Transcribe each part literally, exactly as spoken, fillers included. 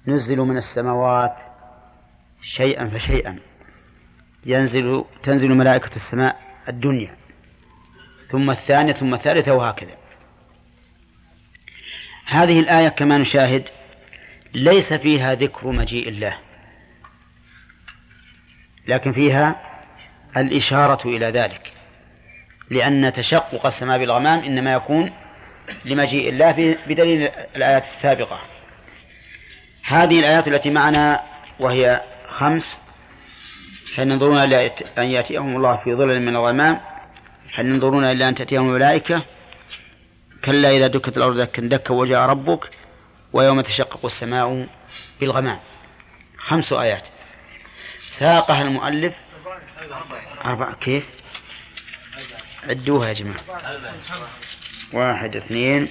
نزل من السماوات شيئا فشيئا، ينزل تنزل ملائكة السماء الدنيا ثم الثانية ثم الثالثة وهكذا. هذه الآية كما نشاهد ليس فيها ذكر مجيء الله، لكن فيها الإشارة إلى ذلك، لأن تشقق السماء بالغمام إنما يكون لمجيء الله بدليل الآيات السابقة. هذه الآيات التي معنا وهي خمس: هل ينظرون إلى أن يأتيهم الله في ظلل من الغمام، هل ينظرون إلى أن تأتيهم الملائكة، كلا إذا دكت الأرض دكا دكا وجاء ربك، ويوم تشقق السماء بالغمام. خمس آيات ساقها المؤلف أربعة. كيف عدوها يا جماعة؟ واحد اثنين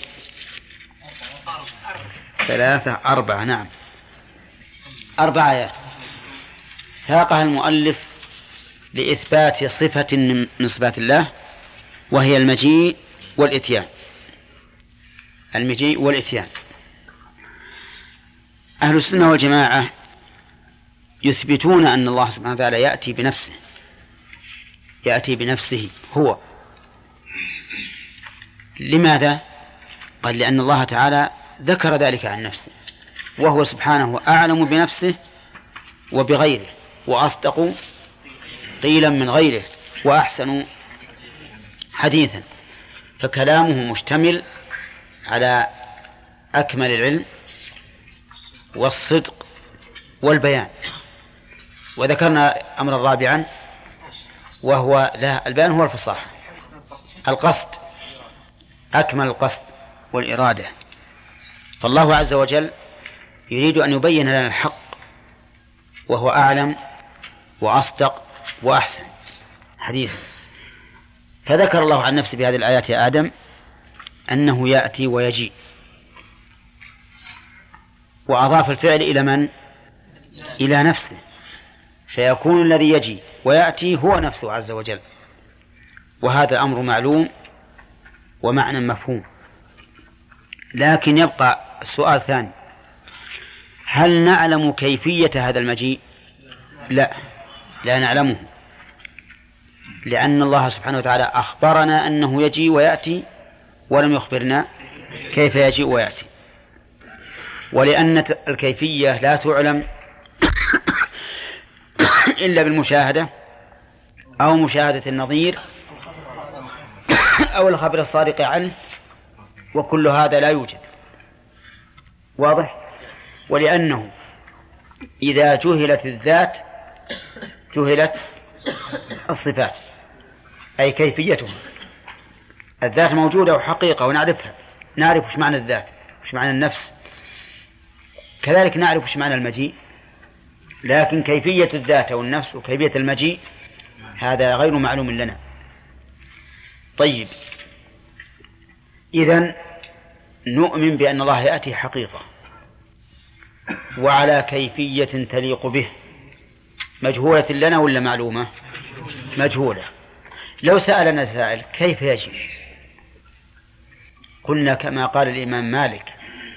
ثلاثة أربعة. نعم، أربع آيات ساقها المؤلف لإثبات صفة من صفات الله، وهي المجيء والإتيان. المجيء والإتيان. أهل السنة والجماعة يثبتون أن الله سبحانه وتعالى يأتي بنفسه، يأتي بنفسه هو. لماذا؟ قال لأن الله تعالى ذكر ذلك عن نفسه، وهو سبحانه أعلم بنفسه وبغيره، وأصدق قيلا من غيره، وأحسن حديثا. فكلامه مشتمل على أكمل العلم والصدق والبيان. وذكرنا أمرا رابعا وهو لا البيان هو الفصاحة، القصد، أكمل القصد والإرادة. فالله عز وجل يريد أن يبين لنا الحق، وهو أعلم وأصدق وأحسن حديثا. فذكر الله عن نفسه بهذه الآيات يا آدم أنه يأتي ويجيء، وأضاف الفعل إلى من؟ إلى نفسه، فيكون الذي يجي ويأتي هو نفسه عز وجل. وهذا أمر معلوم ومعنى مفهوم. لكن يبقى السؤال الثاني: هل نعلم كيفية هذا المجيء؟ لا، لا نعلمه، لأن الله سبحانه وتعالى أخبرنا أنه يجي ويأتي، ولم يخبرنا كيف يجيء ويأتي. ولأن الكيفية لا تعلم إلا بالمشاهدة أو مشاهدة النظير أو الخبر الصادق عنه، وكل هذا لا يوجد. واضح؟ ولأنه إذا جهلت الذات جهلت الصفات، أي كيفيتها. الذات موجودة وحقيقة ونعرفها، نعرف وش معنى الذات وش معنى النفس، كذلك نعرف وش معنى المجيء، لكن كيفية الذات والنفس وكيفية المجيء هذا غير معلوم لنا. طيب، إذن نؤمن بأن الله يأتي حقيقة وعلى كيفية تليق به، مجهولة لنا ولا معلومة؟ مجهولة. لو سألنا سائل كيف يجي، قلنا كما قال الإمام مالك: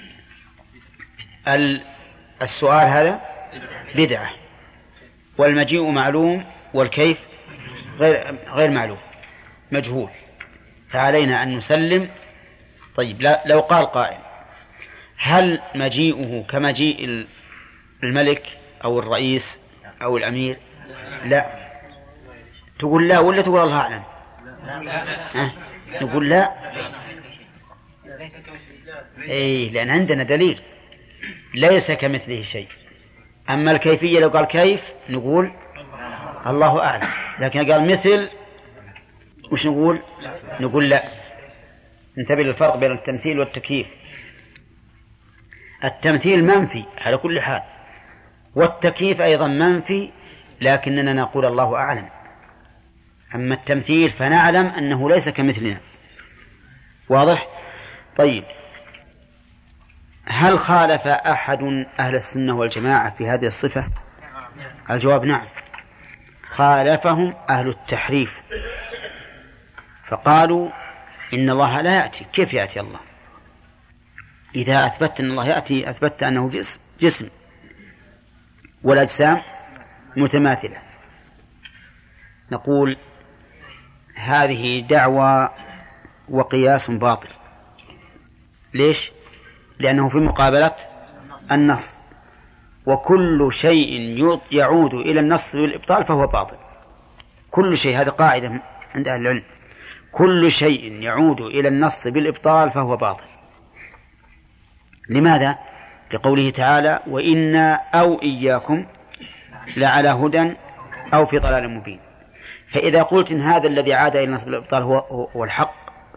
السؤال هذا بدعة، والمجيء معلوم والكيف غير غير معلوم، مجهول، فعلينا أن نسلم. طيب، لو قال قائل: هل مجيئه كمجيء الملك أو الرئيس أو الأمير؟ لا. تقول لا ولا تقول الله أعلم؟ أه؟ نقول لا. إيه، لأن عندنا دليل ليس كمثله شيء. أما الكيفية لو قال كيف نقول الله أعلم، لكن قال مثل وش نقول؟ نقول لا. انتبه للفرق بين التمثيل والتكييف. التمثيل منفي على كل حال، والتكييف أيضا منفي، لكننا نقول الله أعلم. أما التمثيل فنعلم أنه ليس كمثلنا. واضح؟ طيب، هل خالف أحد أهل السنة والجماعة في هذه الصفة؟ الجواب نعم، خالفهم أهل التحريف، فقالوا إن الله لا يأتي. كيف يأتي الله؟ إذا أثبت أن الله يأتي أثبت أنه جسم, جسم والأجسام متماثلة. نقول هذه دعوى وقياس باطل. ليش؟ لأنه في مقابلة النص، وكل شيء يعود إلى النص بالإبطال فهو باطل. كل شيء، هذه قاعدة عند أهل العلم، كل شيء يعود إلى النص بالإبطال فهو باطل. لماذا؟ لقوله تعالى: وإنا أو إياكم لعلى هدى أو في ضلال مبين. فإذا قلت إن هذا الذي عاد إلى النص بالإبطال هو, هو الحق،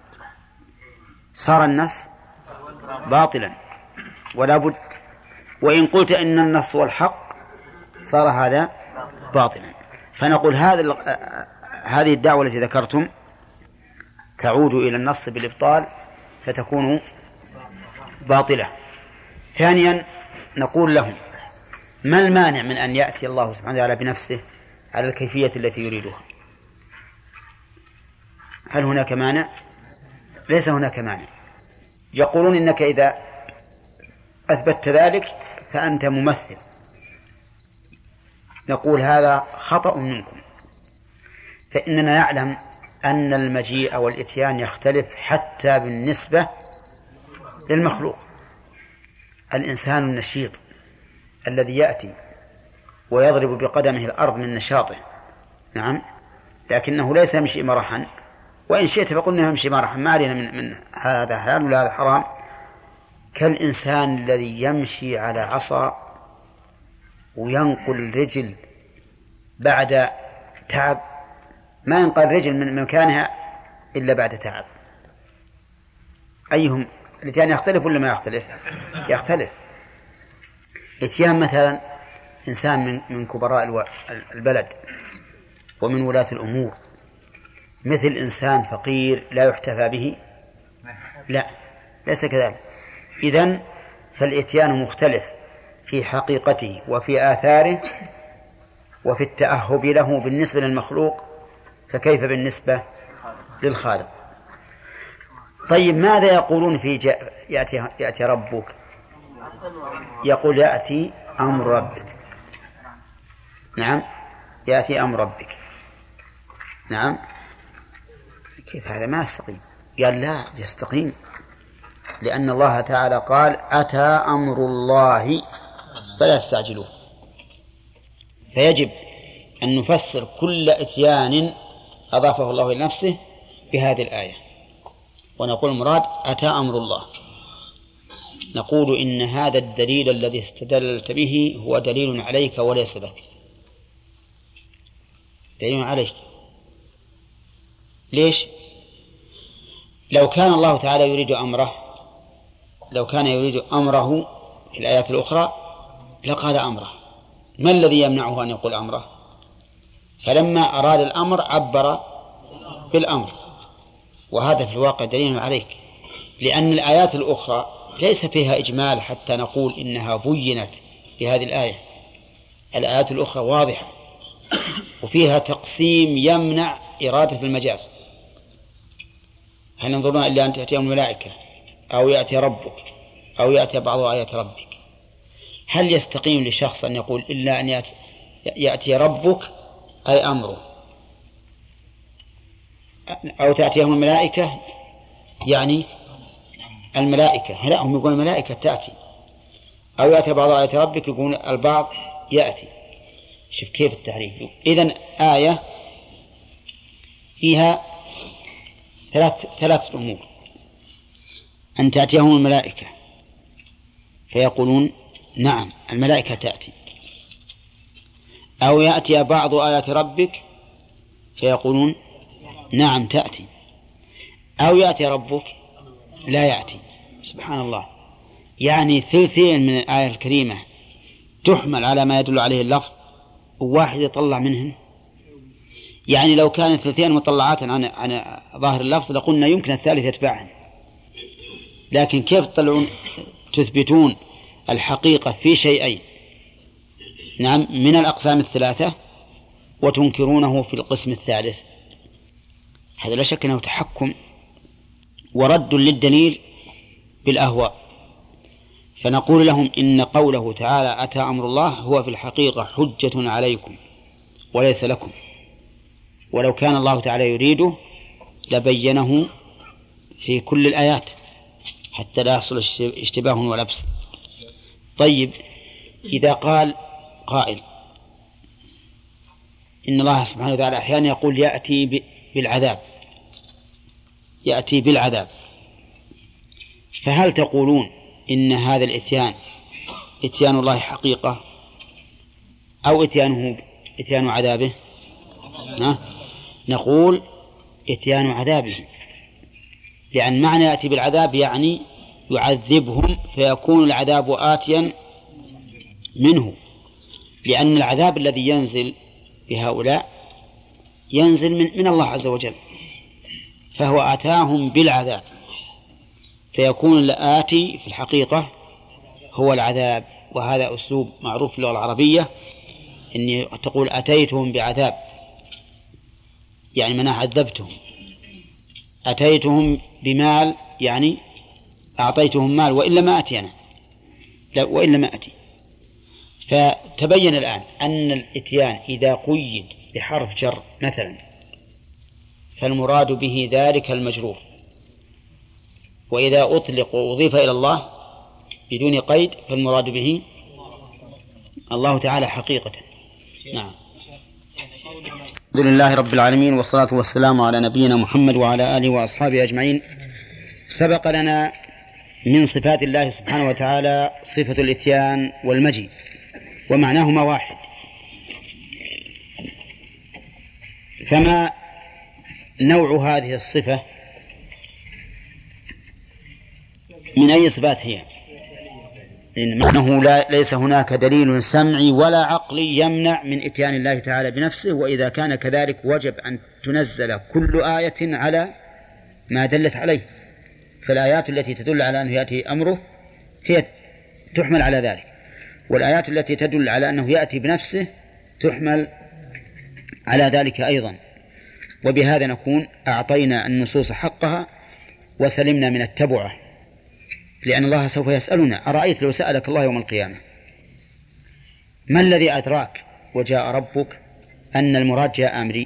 صار النص باطلا ولا بد. وإن قلت إن النص هو الحق صار هذا باطلا. فنقول هذا هذه الدعوة التي ذكرتم تعود إلى النص بالإبطال فتكون باطلة. ثانيا نقول لهم: ما المانع من أن يأتي الله سبحانه وتعالى بنفسه على الكيفية التي يريدها؟ هل هناك مانع؟ ليس هناك مانع. يقولون إنك إذا أثبتت ذلك فأنت ممثل. نقول هذا خطأ منكم، فإننا نعلم أن المجيء والإتيان يختلف حتى بالنسبة للمخلوق. الإنسان النشيط الذي يأتي ويضرب بقدمه الأرض من نشاطه، نعم، لكنه ليس يمشي مرحا، وإن شئت فقلنا يمشي مرحا، ما علينا من, من هذا حلال ولا هذا حرام. كالإنسان الذي يمشي على عصا وينقل رجل بعد تعب، ما ينقل رجل من مكانها إلا بعد تعب. أيهم الاتيان يختلف ولا ما يختلف؟ يختلف. اتيان مثلا إنسان من من كبراء البلد ومن ولاة الأمور، مثل إنسان فقير لا يحتفى به، لا، ليس كذلك. إذن فالإتيان مختلف في حقيقته وفي آثاره وفي التأهب له بالنسبة للمخلوق، فكيف بالنسبة للخالق؟ طيب ماذا يقولون في جاء يأتي, يأتي ربك؟ يقول يأتي أمر ربك. نعم، يأتي أمر ربك. نعم، كيف هذا؟ ما يستقيم. قال لا يستقيم، لأن الله تعالى قال: أتى أمر الله فلا تستعجلوه. فيجب أن نفسر كل إتيان أضافه الله إلى نفسه بهذه الآية، ونقول المراد أتى أمر الله. نقول إن هذا الدليل الذي استدللت به هو دليل عليك وليس لك، دليل عليك. ليش؟ لو كان الله تعالى يريد أمره، لو كان يريد أمره في الآيات الأخرى لقال أمره. ما الذي يمنعه أن يقول أمره؟ فلما أراد الأمر عبر بالأمر، وهذا في الواقع دليل عليك، لأن الآيات الأخرى ليس فيها إجمال حتى نقول إنها بينت بهذه الآية. الآيات الأخرى واضحة وفيها تقسيم يمنع إرادة المجاز. هل ينظرون إلا أن تأتيهم الملائكة أو يأتي ربك أو يأتي بعض آيات ربك؟ هل يستقيم لشخص أن يقول إلا أن يأتي, يأتي ربك أي أمره، أو تأتيهم الملائكة يعني الملائكة؟ لا، هم يقولون الملائكة تأتي، أو يأتي بعض آيات ربك يقولون البعض يأتي. شوف كيف التعريف. إذن آية فيها ثلاث ثلاث أمور: أن تأتيهم الملائكة فيقولون نعم الملائكة تأتي، أو يأتي بعض آيات ربك فيقولون نعم تأتي، أو يأتي ربك لا يأتي. سبحان الله، يعني ثلثين من الآية الكريمة تحمل على ما يدل عليه اللفظ وواحد يطلع منهم. يعني لو كان الثلثين مطلعات عن عن ظاهر اللفظ لقلنا يمكن الثالث يتبعهم، لكن كيف تطلعون تثبتون الحقيقة في شيئين نعم من الأقسام الثلاثة وتنكرونه في القسم الثالث؟ هذا لا شك أنه تحكم ورد للدليل بالأهواء. فنقول لهم إن قوله تعالى أتى أمر الله هو في الحقيقة حجة عليكم وليس لكم، ولو كان الله تعالى يريده لبينه في كل الآيات حتى لا يحصل اشتباه ولبس. طيب، إذا قال قائل إن الله سبحانه وتعالى أحيانا يقول يأتي بالعذاب يأتي بالعذاب فهل تقولون إن هذا الإتيان إتيان الله حقيقة أو إتيانه إتيان عذابه؟ ها؟ نقول إتيان عذابه، لأن معنى يأتي بالعذاب يعني يعذبهم فيكون العذاب آتيا منه، لأن العذاب الذي ينزل بهؤلاء ينزل من, من الله عز وجل، فهو آتاهم بالعذاب فيكون الآتي في الحقيقة هو العذاب. وهذا أسلوب معروف في اللغة العربية، إني تقول أتيتهم بعذاب يعني من عذبتهم، أتيتهم بمال يعني أعطيتهم مال وإلا ما أتي أنا لا وإلا ما أتي. فتبين الآن أن الإتيان إذا قيد بحرف جر مثلا فالمراد به ذلك المجرور، وإذا أطلق وأضيف إلى الله بدون قيد فالمراد به الله تعالى حقيقة. نعم. الحمد لله رب العالمين، والصلاة والسلام على نبينا محمد وعلى آله وأصحابه أجمعين. سبق لنا من صفات الله سبحانه وتعالى صفة الإتيان والمجيء، ومعناهما واحد. فما نوع هذه الصفة؟ من أي صفات هي؟ إنه لا ليس هناك دليل سمعي ولا عقلي يمنع من إتيان الله تعالى بنفسه، وإذا كان كذلك وجب أن تنزل كل آية على ما دلت عليه، فالآيات التي تدل على أنه يأتي أمره هي تحمل على ذلك، والآيات التي تدل على أنه يأتي بنفسه تحمل على ذلك أيضا. وبهذا نكون أعطينا النصوص حقها وسلمنا من التبعة، لأن الله سوف يسألنا أرأيت لو سألك الله يوم القيامة ما الذي أدراك وجاء ربك أن المراد جاء أمري؟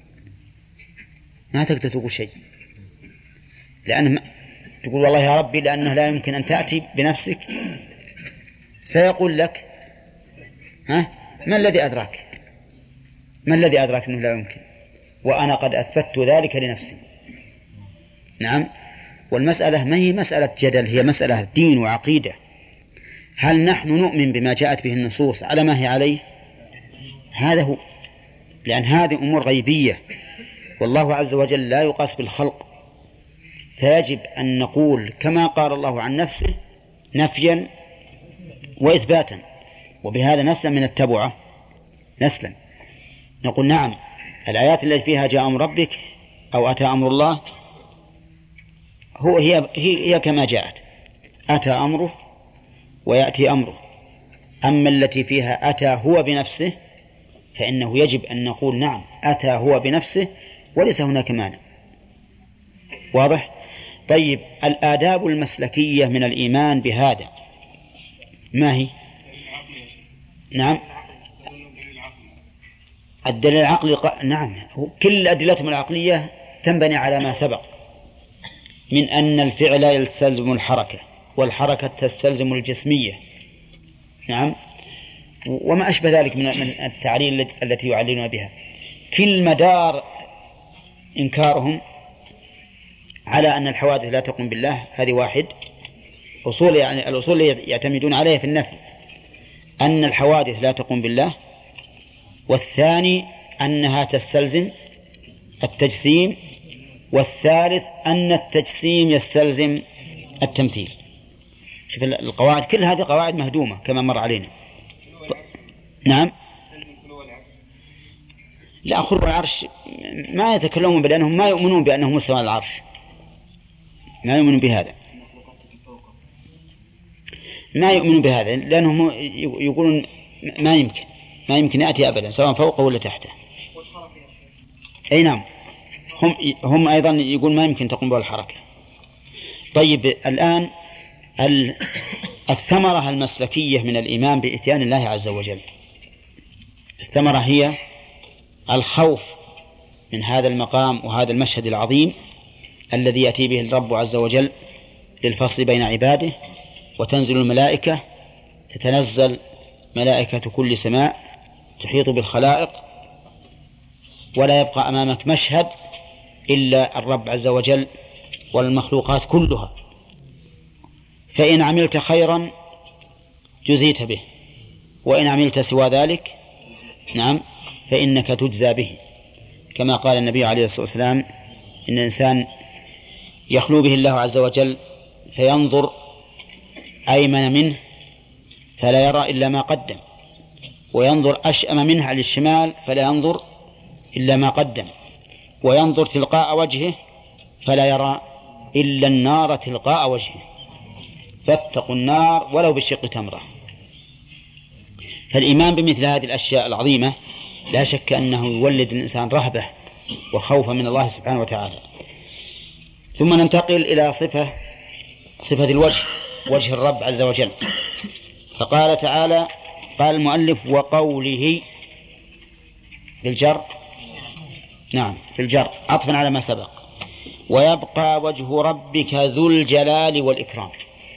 ما تقدر تقول شيء، لأنه تقول والله يا ربي لأنه لا يمكن أن تأتي بنفسك، سيقول لك ها ما الذي أدراك ما الذي أدراك أنه لا يمكن، وأنا قد أثبت ذلك لنفسي. نعم. والمسألة ما هي مسألة جدل، هي مسألة دين وعقيدة. هل نحن نؤمن بما جاءت به النصوص على ما هي عليه؟ هذا هو، لأن هذه أمور غيبية والله عز وجل لا يقاس بالخلق، فيجب أن نقول كما قال الله عن نفسه نفيا وإثباتا، وبهذا نسلم من التبعة. نسلم نقول نعم الآيات التي فيها جاء أمر ربك أو أتى أمر الله هو هي, هي كما جاءت، أتى أمره ويأتي أمره. أما التي فيها أتى هو بنفسه فإنه يجب أن نقول نعم أتى هو بنفسه وليس هناك مانع. واضح؟ طيب، الآداب المسلكية من الإيمان بهذا ما هي؟ نعم، الدليل العقلي ق... نعم، كل أدلتهم العقلية تنبني على ما سبق من أن الفعل يستلزم الحركة والحركة تستلزم الجسمية. نعم، وما أشبه ذلك من التعليل التي يعللون بها. كل مدار إنكارهم على أن الحوادث لا تقوم بالله هذه واحد أصول، يعني الأصول يعتمدون عليها في النفي أن الحوادث لا تقوم بالله، والثاني أنها تستلزم التجسيم، والثالث أن التجسيم يستلزم التمثيل. شوف القواعد كل هذه قواعد مهدومة كما مر علينا. نعم، لا خلو العرش ما يتكلمون بأنهم ما يؤمنون بأنه مستوى العرش، ما يؤمنون بهذا، ما يؤمنون بهذا لأنهم يقولون ما يمكن ما يمكن يأتي أبدا سواء فوقه ولا تحته. أي نعم، هم هم أيضا يقول ما يمكن تقوم به الحركة. طيب، الآن الثمرة المسلكية من الإيمان بإتيان الله عز وجل، الثمرة هي الخوف من هذا المقام وهذا المشهد العظيم الذي يأتي به الرب عز وجل للفصل بين عباده، وتنزل الملائكة، تتنزل ملائكة كل سماء تحيط بالخلائق، ولا يبقى أمامك مشهد إلا الرب عز وجل والمخلوقات كلها. فإن عملت خيرا جزيت به، وإن عملت سوى ذلك نعم فإنك تجزى به، كما قال النبي عليه الصلاة والسلام إن الإنسان يخلو به الله عز وجل فينظر أيمن منه فلا يرى إلا ما قدم، وينظر أشأم منه على الشمال فلا ينظر إلا ما قدم، وينظر تلقاء وجهه فلا يرى إلا النار تلقاء وجهه، فاتقوا النار ولو بشق تمرة. فالإيمان بمثل هذه الأشياء العظيمة لا شك أنه يولد الإنسان رهبة وخوفا من الله سبحانه وتعالى. ثم ننتقل إلى صفة صفة الوجه، وجه الرب عز وجل. فقال تعالى، قال المؤلف وقوله بالجر، نعم بالجر عطفا على ما سبق، ويبقى وجه ربك ذو الجلال والإكرام.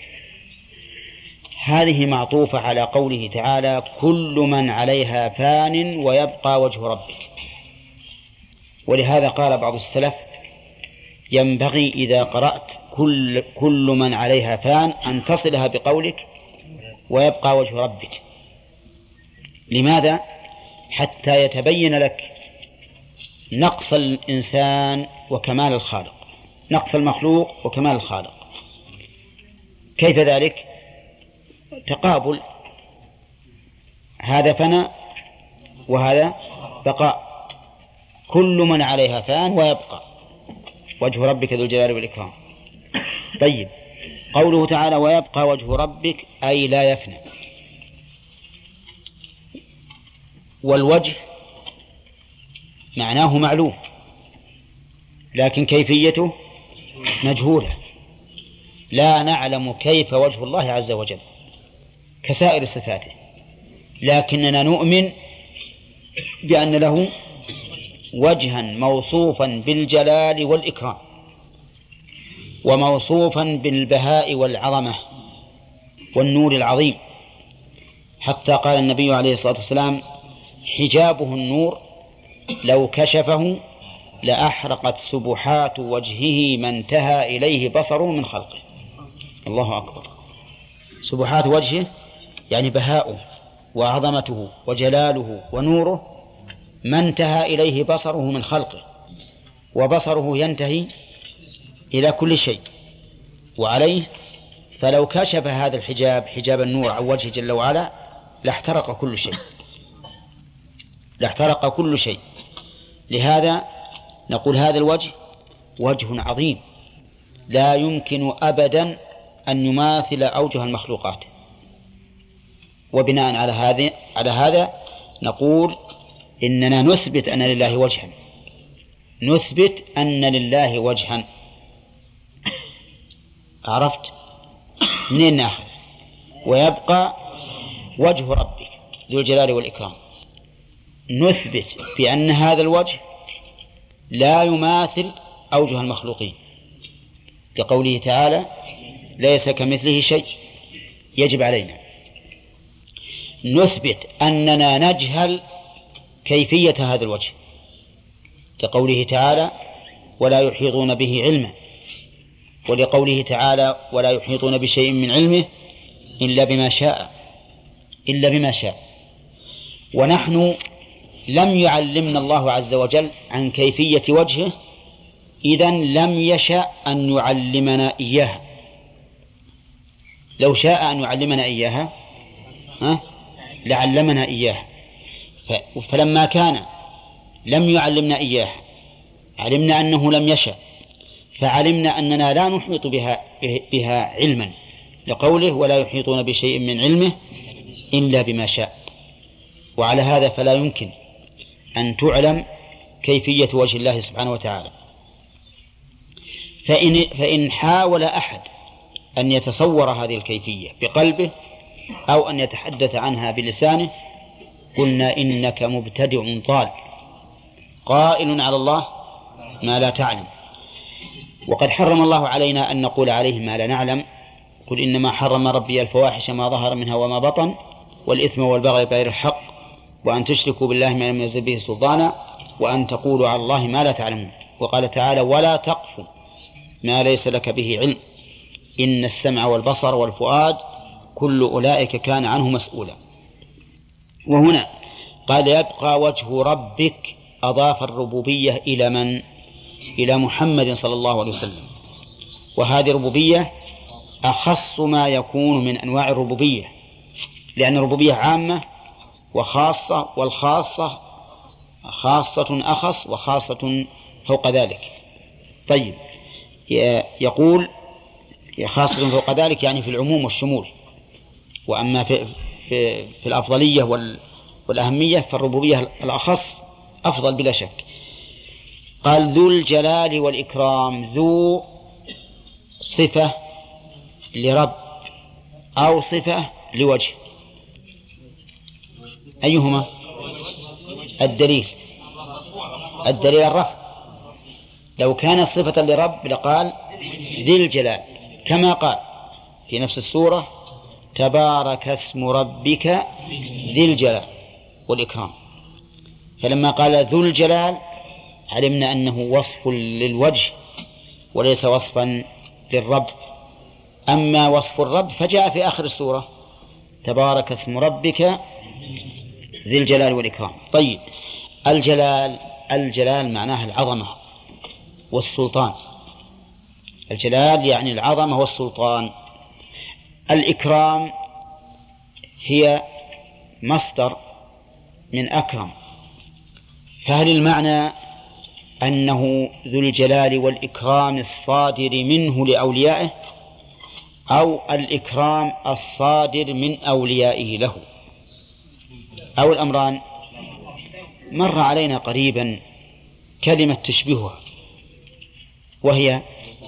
هذه معطوفة على قوله تعالى كل من عليها فان ويبقى وجه ربك. ولهذا قال بعض السلف ينبغي إذا قرأت كل, كل من عليها فان أن تصلها بقولك ويبقى وجه ربك. لماذا؟ حتى يتبين لك نقص الإنسان وكمال الخالق، نقص المخلوق وكمال الخالق. كيف ذلك؟ تقابل، هذا فناء وهذا بقاء. كل من عليها فان ويبقى وجه ربك ذو الجلال والإكرام. طيب، قوله تعالى ويبقى وجه ربك أي لا يفنى. والوجه معناه معلوم لكن كيفيته مجهولة، لا نعلم كيف وجه الله عز وجل كسائر صفاته، لكننا نؤمن بأن له وجها موصوفا بالجلال والإكرام وموصوفا بالبهاء والعظمة والنور العظيم، حتى قال النبي عليه الصلاة والسلام حجابه النور لو كشفه لأحرقت سبحات وجهه ما انتهى إليه بصره من خلقه. الله أكبر. سبحات وجهه يعني بهاؤه وعظمته وجلاله ونوره ما انتهى إليه بصره من خلقه، وبصره ينتهي إلى كل شيء وعليه، فلو كشف هذا الحجاب حجاب النور عن وجهه جل وعلا لاحترق كل شيء، لاحترق كل شيء. لهذا نقول هذا الوجه وجه عظيم لا يمكن أبدا أن يماثل أوجه المخلوقات. وبناء على هذا على هذا نقول إننا نثبت أن لله وجها، نثبت أن لله وجها. عرفت منين ناخذ؟ ويبقى وجه ربك ذو الجلال والإكرام. نثبت بأن هذا الوجه لا يماثل أوجه المخلوقين، كقوله تعالى ليس كمثله شيء. يجب علينا نثبت أننا نجهل كيفية هذا الوجه، كقوله تعالى ولا يحيطون به علما، ولقوله تعالى ولا يحيطون بشيء من علمه إلا بما شاء إلا بما شاء. ونحن لم يعلمنا الله عز وجل عن كيفية وجهه، إذن لم يشأ أن يعلمنا إياها. لو شاء أن يعلمنا إياها ها لعلمنا إياها، فلما كان لم يعلمنا إياها علمنا أنه لم يشأ، فعلمنا أننا لا نحيط بها, بها علما، لقوله ولا يحيطون بشيء من علمه إلا بما شاء. وعلى هذا فلا يمكن أن تعلم كيفية وجه الله سبحانه وتعالى. فإن, فإن حاول أحد أن يتصور هذه الكيفية بقلبه أو أن يتحدث عنها بلسانه قلنا إنك مبتدع ضال قائل على الله ما لا تعلم. وقد حرم الله علينا أن نقول عليه ما لا نعلم. قل إنما حرم ربي الفواحش ما ظهر منها وما بطن والإثم والبغي بغير الحق وأن تشركوا بالله ما لم ينزل به سلطانا وأن تقولوا على الله ما لا تعلمون. وقال تعالى ولا تقف ما ليس لك به علم إن السمع والبصر والفؤاد كل أولئك كان عنه مسؤولا. وهنا قال يبقى وجه ربك أضاف الربوبية إلى من؟ إلى محمد صلى الله عليه وسلم. وهذه الربوبية أخص ما يكون من أنواع الربوبية لأن الربوبية عامة وخاصة والخاصة خاصة أخص وخاصة فوق ذلك. طيب يقول خاصة فوق ذلك يعني في العموم والشمول. وأما في, في, في الأفضلية والأهمية فالربوبية الأخص أفضل بلا شك. قال ذو الجلال والإكرام. ذو صفة لرب أو صفة لوجه أيهما؟ الدليل الدليل الرفع. لو كان صفة لرب لقال ذي الجلال كما قال في نفس السورة تبارك اسم ربك ذي الجلال والإكرام. فلما قال ذو الجلال علمنا أنه وصف للوجه وليس وصفا للرب. أما وصف الرب فجاء في آخر السورة تبارك اسم ربك ذي الجلال والإكرام. طيب الجلال الجلال معناه العظمة والسلطان. الجلال يعني العظمة والسلطان. الإكرام هي مصدر من أكرم. فهل المعنى أنه ذو الجلال والإكرام الصادر منه لأوليائه أو الإكرام الصادر من أوليائه له أو الأمران؟ مر علينا قريبا كلمة تشبهها وهي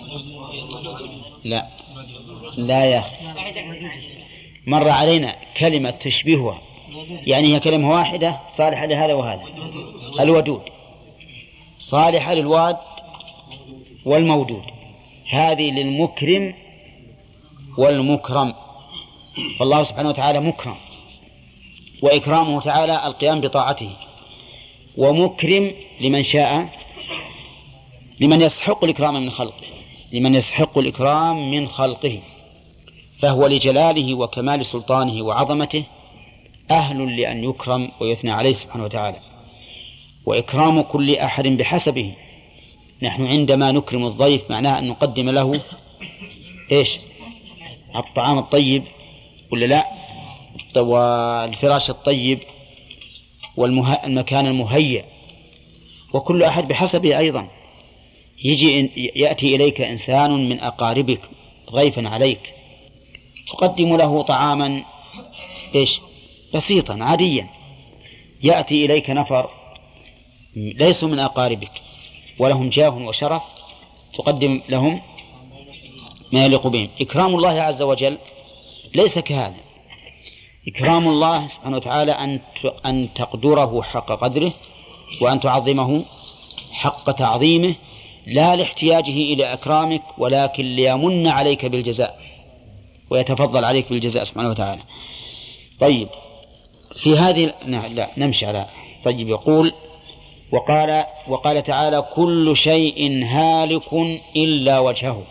لا لا يا أخي مر علينا كلمة تشبهها يعني هي كلمة واحدة صالحة لهذا وهذا. الودود صالحة للواد والمودود. هذه للمكرم والمكرم. فالله سبحانه وتعالى مكرم وإكرامه تعالى القيام بطاعته ومكرم لمن شاء لمن يستحق الإكرام من خلقه لمن يستحق الإكرام من خلقه. فهو لجلاله وكمال سلطانه وعظمته أهل لأن يكرم ويثنى عليه سبحانه وتعالى. وإكرام كل أحد بحسبه. نحن عندما نكرم الضيف معناه أن نقدم له إيش؟ الطعام الطيب ولا لا؟ والفراش الطيب والمكان المهيأ. وكل أحد بحسبه أيضا. يجي يأتي إليك إنسان من أقاربك ضيفا عليك تقدم له طعاما إيش؟ بسيطا عاديا. يأتي إليك نفر ليسوا من أقاربك ولهم جاه وشرف تقدم لهم ما يليق بهم. إكرام الله عز وجل ليس كهذا. إكرام الله سبحانه وتعالى أن تقدره حق قدره وأن تعظمه حق تعظيمه لا لاحتياجه إلى أكرامك ولكن ليمن عليك بالجزاء ويتفضل عليك بالجزاء سبحانه وتعالى. طيب في هذه لا نمشي على طيب يقول وقال وقال تعالى كل شيء هالك إلا وجهه.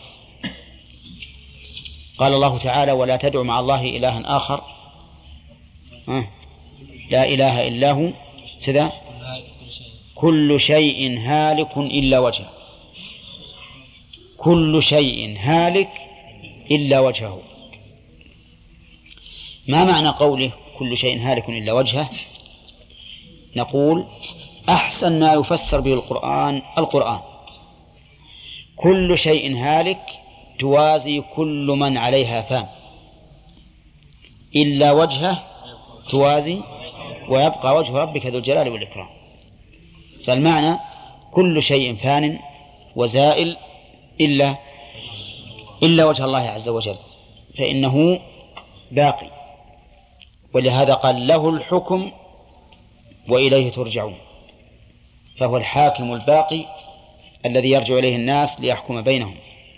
قال الله تعالى ولا تدع مع الله إلها آخر ها لا إله إلا هو سذا كل شيء هالك إلا وجهه. كل شيء هالك إلا وجهه. ما معنى قوله كل شيء هالك إلا وجهه؟ نقول أحسن ما يفسر به القرآن القرآن. كل شيء هالك توازي كل من عليها فان إلا وجهه توازي ويبقى وجه ربك ذو الجلال والإكرام. فالمعنى كل شيء فان وزائل إلا إلا وجه الله عز وجل. فإنه باقي، ولهذا قال له الحكم وإليه ترجعون، فهو الحاكم الباقي الذي يرجع إليه الناس ليحكم بينهم.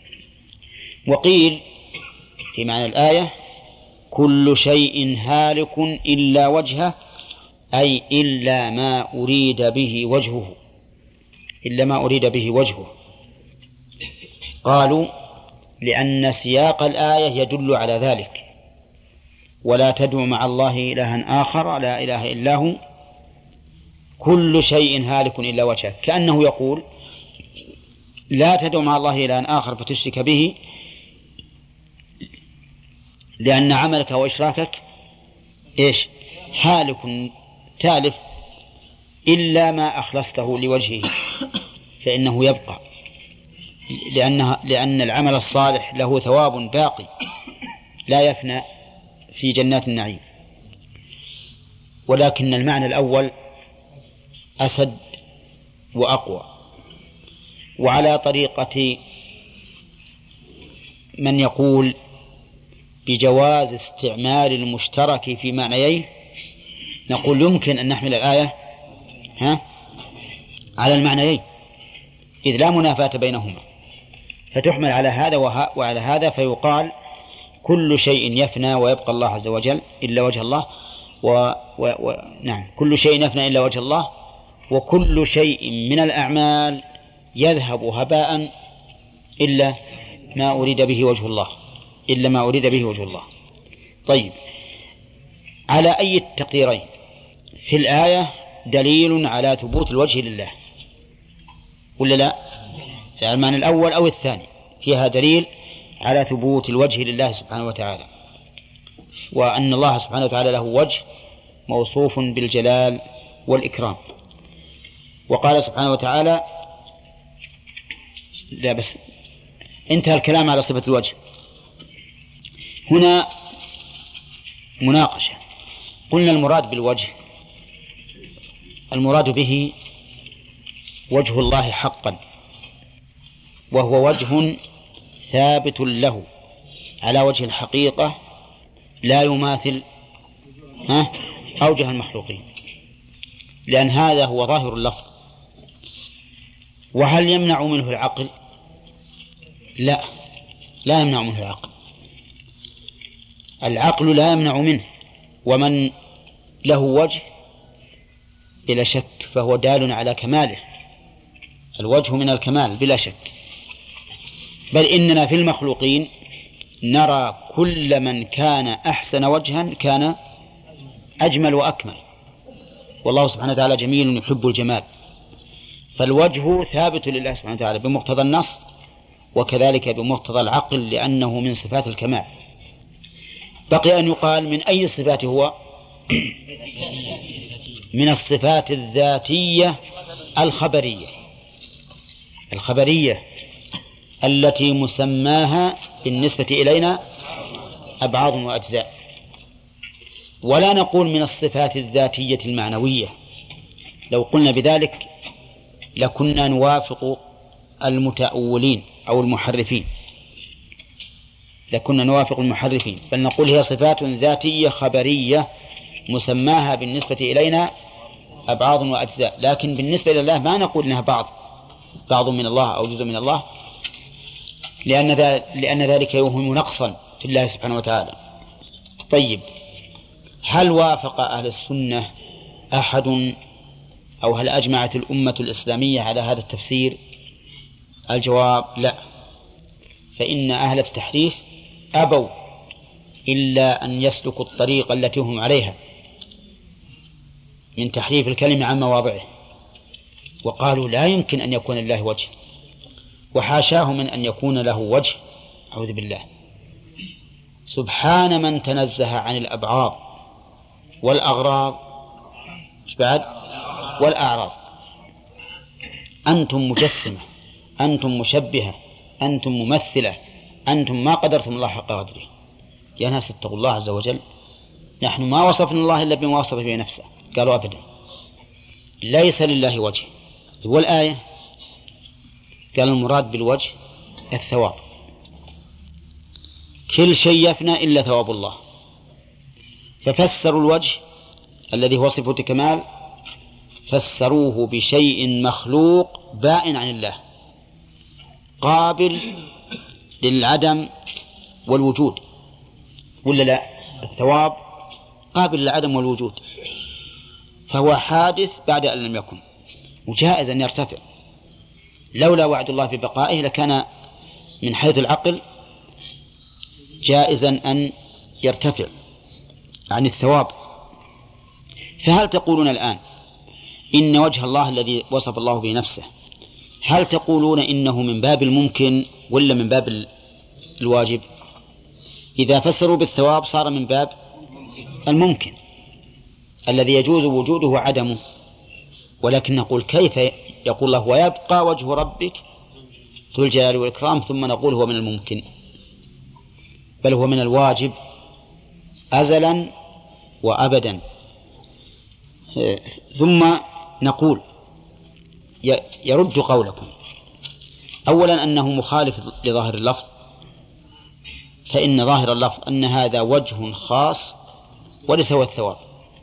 وقيل في معنى الآية كل شيء هالك إلا وجهه، أي إلا ما أريد به وجهه، إلا ما أريد به وجهه. قالوا لأن سياق الآية يدل على ذلك، ولا تدعو مع الله إلها آخر لا إله إلا هو كل شيء هالك إلا وجهه، كأنه يقول لا تدعو مع الله إلها آخر فتشرك به، لأن عملك وإشراكك إيش هالك تالف، إلا ما أخلصته لوجهه فإنه يبقى، لأنها لأن العمل الصالح له ثواب باقي لا يفنى في جنات النعيم. ولكن المعنى الأول أسد وأقوى. وعلى طريقة من يقول بجواز استعمال المشترك في معنيين، نقول يمكن أن نحمل الآية ها على المعنيين إذ لا منافاة بينهما، فتحمل على هذا وعلى هذا، فيقال كل شيء يفنى ويبقى الله عز وجل إلا وجه الله، و... و... و... نعم كل شيء يفنى إلا وجه الله، وكل شيء من الأعمال يذهب هباء إلا ما أريد به وجه الله، إلا ما أريد به وجه الله. طيب، على أي التقديرين في الآية دليل على ثبوت الوجه لله ولا لا؟ يعني المعنى الأول أو الثاني فيها دليل على ثبوت الوجه لله سبحانه وتعالى، وأن الله سبحانه وتعالى له وجه موصوف بالجلال والإكرام. وقال سبحانه وتعالى لا بس انتهى الكلام على صفة الوجه. هنا مناقشة. قلنا المراد بالوجه المراد به وجه الله حقا، وهو وجه ثابت له على وجه الحقيقة لا يماثل ها أوجه المخلوقين، لأن هذا هو ظاهر اللفظ. وهل يمنع منه العقل؟ لا، لا يمنع منه العقل، العقل لا يمنع منه. ومن له وجه بلا شك فهو دال على كماله، الوجه من الكمال بلا شك. بل إننا في المخلوقين نرى كل من كان أحسن وجها كان أجمل وأكمل، والله سبحانه وتعالى جميل يحب الجمال، فالوجه ثابت لله سبحانه وتعالى بمقتضى النص، وكذلك بمقتضى العقل لأنه من صفات الكمال. بقي أن يقال من أي الصفات هو؟ من الصفات الذاتية الخبرية الخبرية التي مسماها بالنسبة إلينا أبعاض وأجزاء. ولا نقول من الصفات الذاتية المعنوية، لو قلنا بذلك لكنا نوافق المتأولين أو المحرفين، لكنا نوافق المحرفين، بل نقول هي صفات ذاتية خبرية مسماها بالنسبة إلينا أبعاض وأجزاء، لكن بالنسبة إلى الله ما نقول إنها بعض بعض من الله أو جزء من الله، لأن لأن ذلك يوهم نقصا في الله سبحانه وتعالى. طيب، هل وافق أهل السنة أحد أو هل أجمعت الأمة الإسلامية على هذا التفسير؟ الجواب لا، فإن أهل التحريف أبوا إلا أن يسلكوا الطريقة التي هم عليها من تحريف الكلمة عن مواضعه، وقالوا لا يمكن أن يكون لله وجه، وحاشاه من أن يكون له وجه، أعوذ بالله. سبحان من تنزه عن الأبعاض والأغراض مش بعد والأعراض. أنتم مجسمة، أنتم مشبهة، أنتم ممثلة، أنتم ما قدرتم الله حق قدره. يا ناس اتقوا الله عز وجل، نحن ما وصفنا الله إلا بما وصف به نفسه. قالوا أبدا ليس لله وجه. والآية قال المراد بالوجه الثواب، كل شيء يفنى إلا ثواب الله، ففسروا الوجه الذي هو صفة كمال فسروه بشيء مخلوق بائن عن الله قابل للعدم والوجود، ولا لا؟ الثواب قابل للعدم والوجود، فهو حادث بعد أن لم يكن، وجائز أن يرتفع. لولا وعد الله ببقائه لكان من حيث العقل جائزا أن يرتفع عن الثواب. فهل تقولون الآن إن وجه الله الذي وصف الله به نفسه، هل تقولون إنه من باب الممكن ولا من باب الواجب؟ إذا فسروا بالثواب صار من باب الممكن الذي يجوز وجوده وعدمه، ولكن نقول كيف يقول الله ويبقى وجه ربك ذو الجلال والإكرام ثم نقول هو من الممكن؟ بل هو من الواجب أزلا وأبدا. ثم نقول يرد قولكم أولا أنه مخالف لظاهر اللفظ، فإن ظاهر اللفظ أن هذا وجه خاص وليس هو الثواب.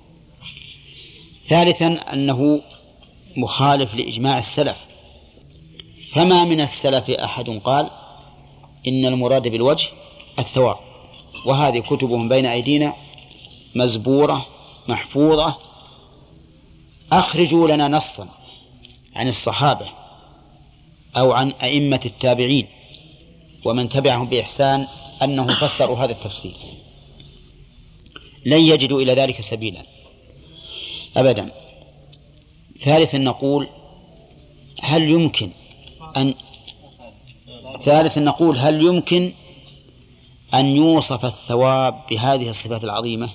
ثالثا أنه مخالف لإجماع السلف، فما من السلف أحد قال إن المراد بالوجه الثواب، وهذه كتبهم بين أيدينا مزبورة محفوظة. أخرجوا لنا نصا عن الصحابة أو عن أئمة التابعين ومن تبعهم بإحسان أنهم فسروا هذا التفسير، لن يجدوا إلى ذلك سبيلا أبدا. ثالثا نقول هل يمكن أن ثالثا نقول هل يمكن أن يوصف الثواب بهذه الصفات العظيمة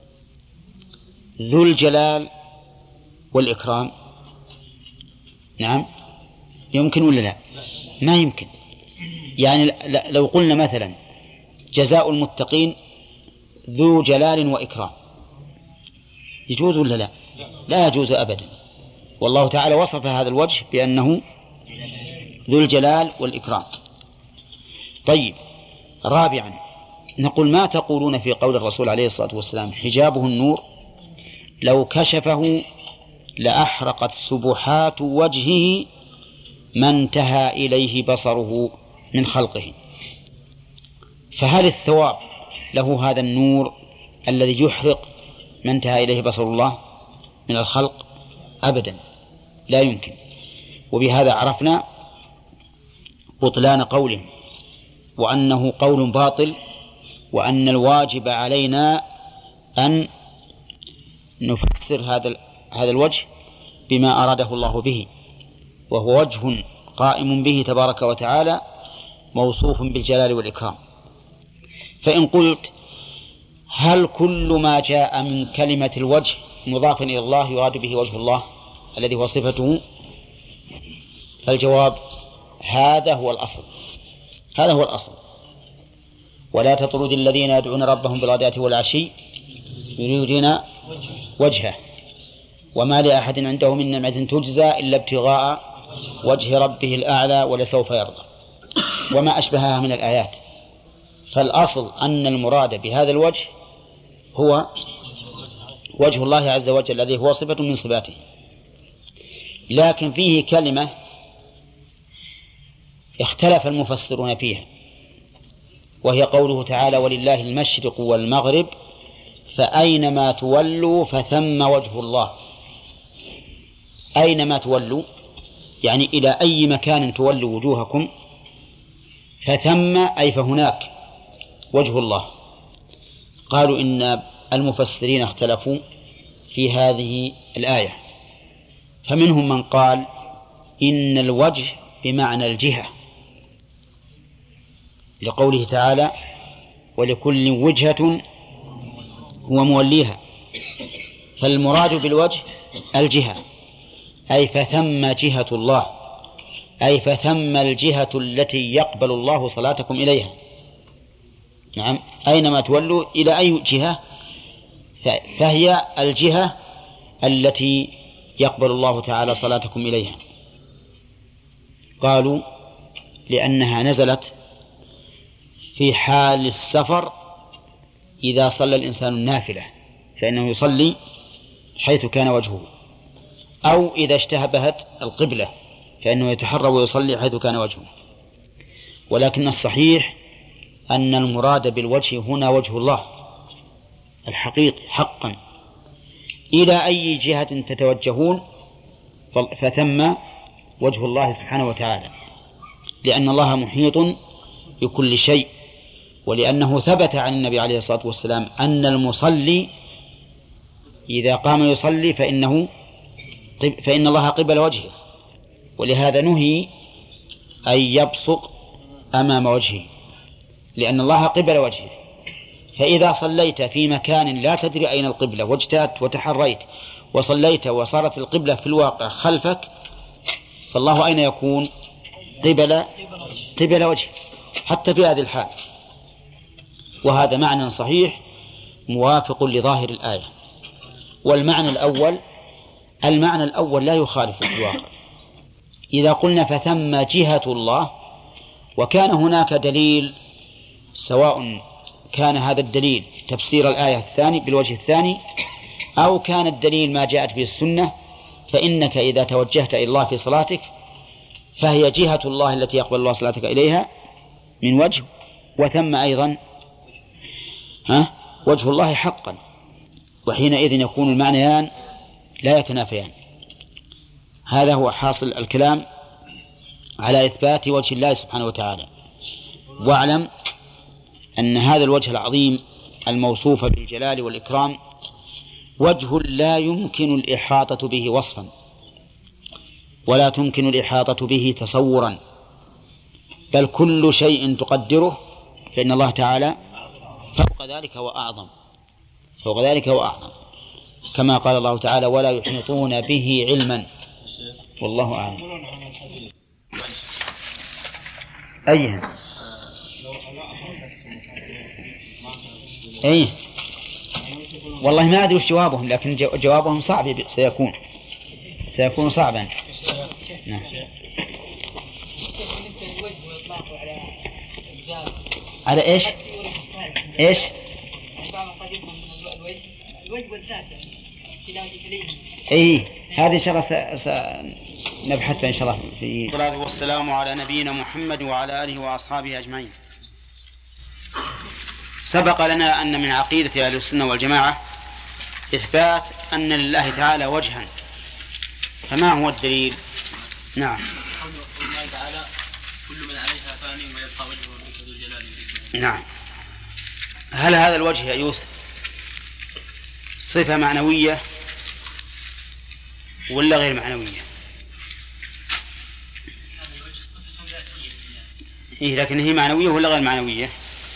ذو الجلال والإكرام؟ نعم يمكن ولا لا؟ ما يمكن. يعني لو قلنا مثلا جزاء المتقين ذو جلال وإكرام يجوز ولا لا؟ لا يجوز أبدا. والله تعالى وصف هذا الوجه بأنه ذو الجلال والإكرام. طيب، رابعا نقول ما تقولون في قول الرسول عليه الصلاة والسلام حجابه النور لو كشفه لأحرقت سبحات وجهه ما انتهى إليه بصره من خلقه؟ فهل الثواب له هذا النور الذي يحرق ما انتهى إليه بصر الله من الخلق؟ أبدا، لا يمكن. وبهذا عرفنا بطلان قولهم وأنه قول باطل، وأن الواجب علينا أن نفسر هذا هذا الوجه بما أراده الله به، وهو وجه قائم به تبارك وتعالى موصوف بالجلال والإكرام. فإن قلت هل كل ما جاء من كلمة الوجه مضافا إلى الله يراد به وجه الله الذي هو صفته؟ فالجواب هذا هو الأصل، هذا هو الأصل. ولا تطرد الذين يدعون ربهم بالغداة والعشي يريدون وجهه وما لأحد عنده من نعمة تجزى إلا ابتغاء وجه ربه الأعلى ولسوف يرضى وما أشبهها من الآيات. فالأصل أن المراد بهذا الوجه هو وجه الله عز وجل الذي هو صفة من صفاته. لكن فيه كلمة اختلف المفسرون فيها، وهي قوله تعالى ولله المشرق والمغرب فأينما تولوا فثم وجه الله. أينما تولوا يعني إلى أي مكان تولوا وجوهكم، فثم أي فهناك وجه الله. قالوا إن المفسرين اختلفوا في هذه الآية، فمنهم من قال إن الوجه بمعنى الجهة لقوله تعالى ولكل وجهة هو موليها، فالمراد بالوجه الجهة، أي فثم جهة الله، أي فثم الجهة التي يقبل الله صلاتكم إليها. نعم، أينما تولوا إلى أي جهة فهي الجهة التي يقبل الله تعالى صلاتكم إليها. قالوا لأنها نزلت في حال السفر إذا صلى الإنسان النافلة فإنه يصلي حيث كان وجهه، أو إذا اشتهبت القبلة فإنه يتحرى ويصلي حيث كان وجهه. ولكن الصحيح أن المراد بالوجه هنا وجه الله الحقيقي حقا، إلى أي جهة تتوجهون فثم وجه الله سبحانه وتعالى، لأن الله محيط بكل شيء، ولأنه ثبت عن النبي عليه الصلاة والسلام أن المصلي إذا قام يصلي فإنه فإن الله قبل وجهه، ولهذا نهي أن يبصق أمام وجهه لأن الله قبل وجهه. فإذا صليت في مكان لا تدري أين القبلة واجتهدت وتحريت وصليت وصارت القبلة في الواقع خلفك، فالله أين يكون؟ قبل قبل وجهه حتى في هذه الحال. وهذا معنى صحيح موافق لظاهر الآية. والمعنى الأول المعنى الأول لا يخالف الواقع. إذا قلنا فثم جهة الله وكان هناك دليل، سواء كان هذا الدليل تفسير الآية الثاني بالوجه الثاني أو كان الدليل ما جاءت به السنة، فإنك إذا توجهت إلى الله في صلاتك فهي جهة الله التي يقبل الله صلاتك إليها من وجه، وثم أيضا ها وجه الله حقا، وحينئذ يكون المعنيان لا يتنافيان. هذا هو حاصل الكلام على إثبات وجه الله سبحانه وتعالى. واعلم أن هذا الوجه العظيم الموصوف بالجلال والإكرام وجه لا يمكن الإحاطة به وصفا ولا تمكن الإحاطة به تصورا، بل كل شيء تقدره فإن الله تعالى فوق ذلك وأعظم فوق ذلك وأعظم كما قال الله تعالى ولا يحيطون به علما والله أعلم. أيها أيه والله ما أدري وش جوابهم، لكن جوابهم صعب سيكون سيكون صعبا. نعم. على إيش إيش أي هذه إن شاء الله سنبحث إن شاء الله في. والصلاة والسلام على نبينا محمد وعلى آله وأصحابه أجمعين. سبق لنا أن من عقيدة أهل السنة والجماعة إثبات أن لله تعالى وجها، فما هو الدليل؟ نعم. قوله تعالى كل من عليها فان ويبقى وجه ربك ذو الجلال والإكرام. نعم. هل هذا الوجه يا يوسف صفة معنوية ولا غير معنوية؟ إيه لكن هي معنوية ولا غير معنوية؟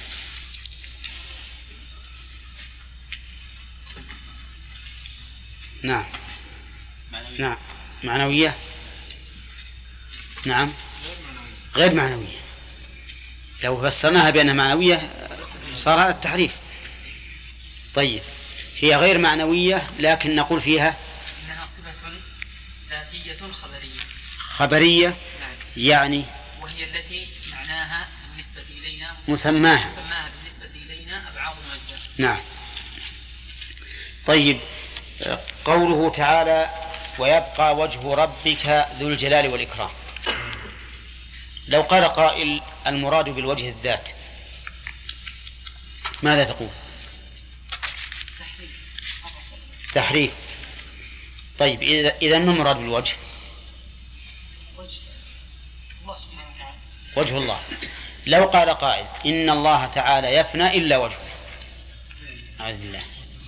نعم معنوية. نعم معنوية. نعم غير معنوية. لو فسرناها بأنها معنوية صار هذا التحريف. طيب هي غير معنوية لكن نقول فيها إنها صفة ذاتية خبرية. خبرية نعم. يعني وهي التي معناها بالنسبة إلينا مسماها مسماها بالنسبة إلينا أبعاد موزعة. نعم. طيب قوله تعالى ويبقى وجه ربك ذو الجلال والإكرام، لو قال قائل المراد بالوجه الذات ماذا تقول؟ تحريف. تحريف. طيب إذا ما المراد بالوجه؟ وجه الله. لو قال قائل إن الله تعالى يفنى إلا وجهه، أعوذ بالله.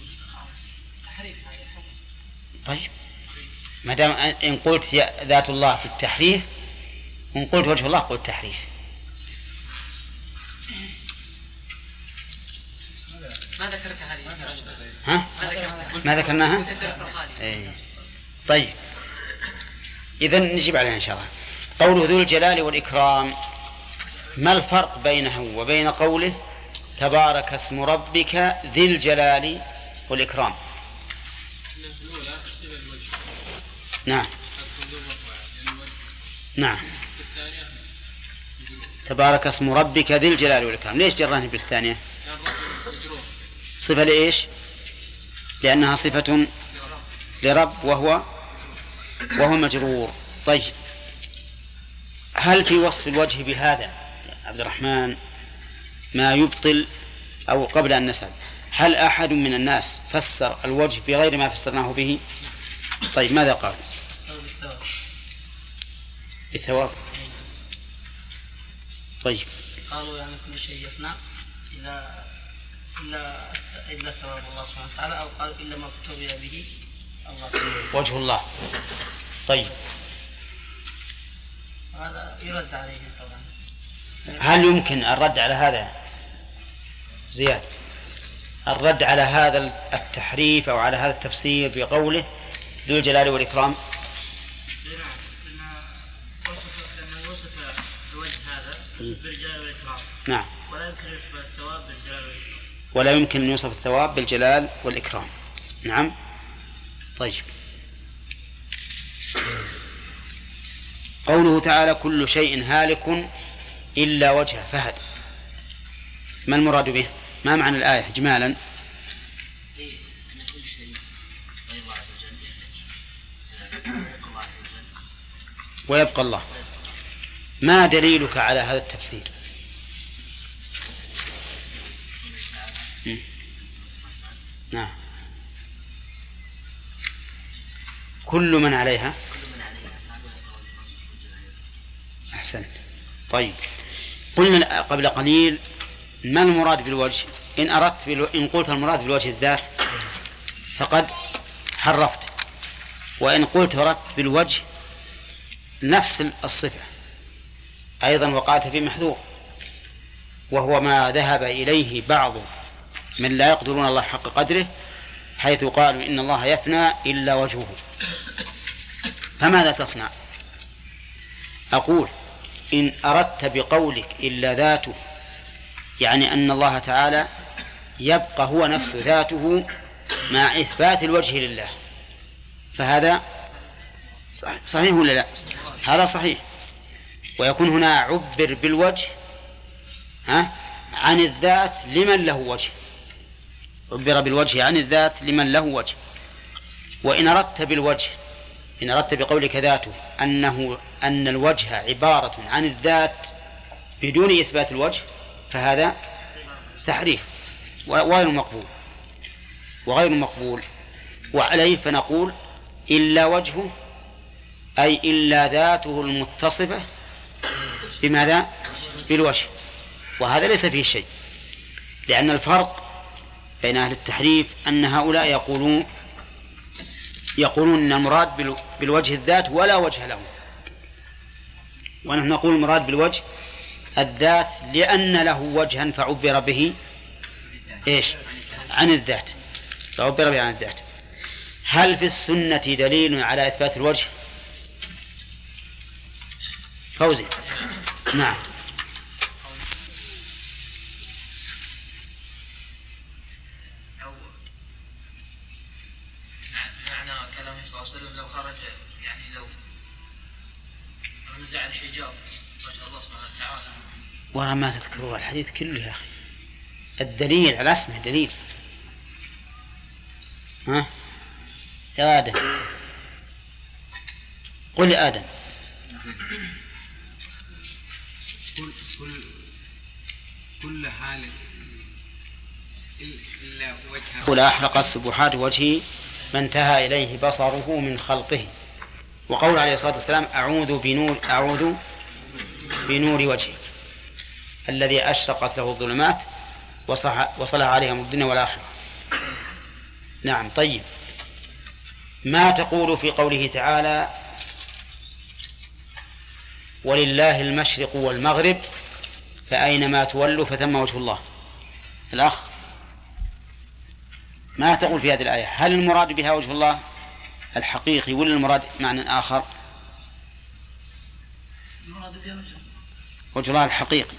طيب ما دام إن قلت ذات الله في التحريف وإن قلت وجه الله قلت تحريف. ما ذكرت هذه؟ ها؟ ما ذكرناها؟ إيه. طيب إذن نجيب عليها إن شاء الله. قوله ذو الجلال والإكرام ما الفرق بينه وبين قوله تبارك اسم ربك ذي الجلال والإكرام؟ نعم نعم تبارك اسم ربك ذي الجلال والإكرام. ليش جرانه بالثانية؟ صفة لإيش؟ لأنها صفة لرب وهو وهو مجرور. طيب، هل في وصف الوجه بهذا عبد الرحمن ما يبطل؟ أو قبل أن نسأل، هل أحد من الناس فسر الوجه بغير ما فسرناه به؟ طيب، ماذا قال؟ بالثواب. طيب، قالوا يعني كل شيء يفنى إلا إلا إلا ثواب الله سبحانه وتعالى، أو قالوا إلا ما ابتغي به الله وجه الله. طيب، هذا يرد عليه طبعا. هل يمكن الرد على هذا زياد؟ الرد على هذا التحريف أو على هذا التفسير بقوله ذو الجلال والإكرام؟ بالجلال والإكرام. نعم. ولا يمكن يوصف الثواب بالجلال والإكرام. ولا يمكن أن يوصف الثواب بالجلال والإكرام. نعم. طيب، قوله تعالى كل شيء هالك إلا وجهه، فهد ما المراد به؟ ما معنى الآية إجمالا؟ أن كل شيء غير الله عز وجل ويبقى الله. ما دليلك على هذا التفسير؟ نعم. كل من عليها. أحسنت. طيب، قلنا قبل قليل ما المراد بالوجه؟ إن أردت بالو... إن قلت المراد بالوجه الذات فقد حرفت، وإن قلت أردت بالوجه نفس الصفة أيضا وقعت في محذور، وهو ما ذهب إليه بعض من لا يقدرون الله حق قدره، حيث قالوا إن الله يفنى إلا وجهه. فماذا تصنع؟ أقول إن أردت بقولك إلا ذاته يعني أن الله تعالى يبقى هو نفس ذاته مع إثبات الوجه لله، فهذا صحيح ولا لا؟ هذا صحيح. ويكون هنا عبر بالوجه ها عن الذات لمن له وجه، عبر بالوجه عن الذات لمن له وجه. وإن أردت بالوجه، إن أردت بقولك ذاته أنه أن الوجه عبارة عن الذات بدون إثبات الوجه، فهذا تحريف وغير مقبول وغير مقبول وعليه فنقول إلا وجهه أي إلا ذاته المتصفة بماذا؟ بالوجه. وهذا ليس فيه شيء، لأن الفرق بين أهل التحريف أن هؤلاء يقولون يقولون أن المراد بالوجه الذات ولا وجه له، ونحن نقول المراد بالوجه الذات لأن له وجها فعبر به إيش؟ عن الذات، فعبر به عن الذات. هل في السنة دليل على إثبات الوجه؟ فوزي. نعم. معنى كلامه صلى الله عليه وسلم لو خرج يعني لو نزع الحجاب وجه الله سبحانه وتعالى. ورا ما تذكروا الحديث كله يا أخي، الدليل على اسمه دليل. ها يا آدم، قل يا آدم. كل كل كل حال إلا وجهه. قل أحرقت سبحات وجهي ما انتهى إليه بصره من خلقه. وقول عليه الصلاة والسلام أعوذ بنور أعوذ بنور وجهي الذي أشرقت له الظلمات وصلح عليهم الدنيا والآخرة. نعم. طيب، ما تقول في قوله تعالى ولله المشرق والمغرب فأينما تولوا فثم وجه الله؟ الأخ، ما تقول في هذه الآية؟ هل المراد بها وجه الله الحقيقي ولا المراد معنى آخر؟ المراد بها وجه وجه الله الحقيقي،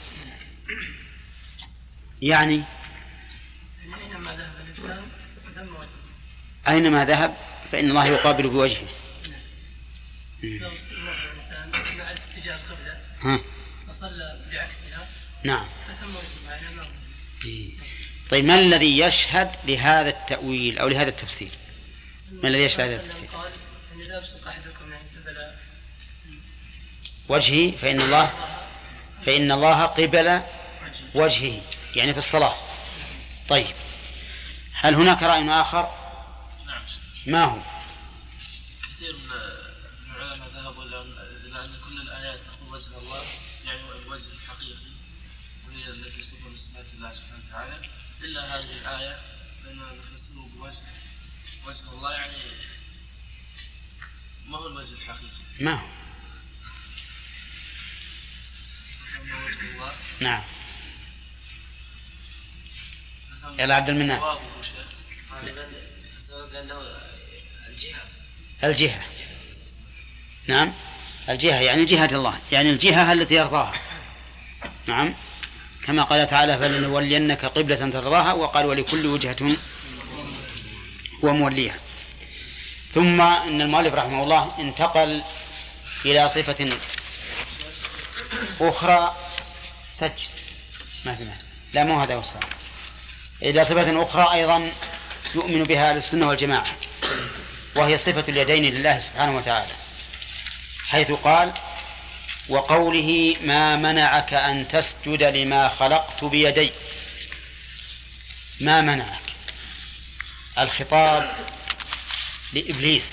يعني أينما ذهب الإنسان فثم وجهه، أينما ذهب فإن الله يقابل بوجهه. لو الإنسان مع اتجاه القبلة ها فصلى بعكسها نعم. فتم وجهه. طيب ما الذي يشهد لهذا التأويل أو لهذا التفسير؟ ما الذي يشهد لهذا التفسير؟ قال أن إذا أبصق أحدكم يعني قبل وجهي فإن الله فإن الله قبل وجهه يعني في الصلاة. طيب هل هناك رأي آخر؟ نعم. ما هو؟ كثير من العلماء ذهبوا إلى أن كل الآيات تقول وجه الله يعني الوجه الحقيقي وهي التي صفة من صفات الله سبحانه وتعالى، إلا هذه الآية لأننا نفسره بوجه وجه الله يعني ما هو الوجه الحقيقي؟ ما هو؟ وجه الله. نعم. يا عبد المنان. الجهة. الجهة. نعم. الجهة يعني جهة الله، يعني الجهة التي يرضاها. نعم. كما قال تعالى فلنولينك قبلة ترضاها، وقال ولكل وجهة هو موليها. ثم إن المؤلف رحمه الله انتقل إلى صفة أخرى. سجل ما سمعت. لا مو هذا وصل. إلى صفة أخرى أيضا يؤمن بها أهل السنة والجماعة، وهي صفة اليدين لله سبحانه وتعالى، حيث قال وقوله ما منعك أن تسجد لما خلقت بيدي. ما منعك، الخطاب لإبليس،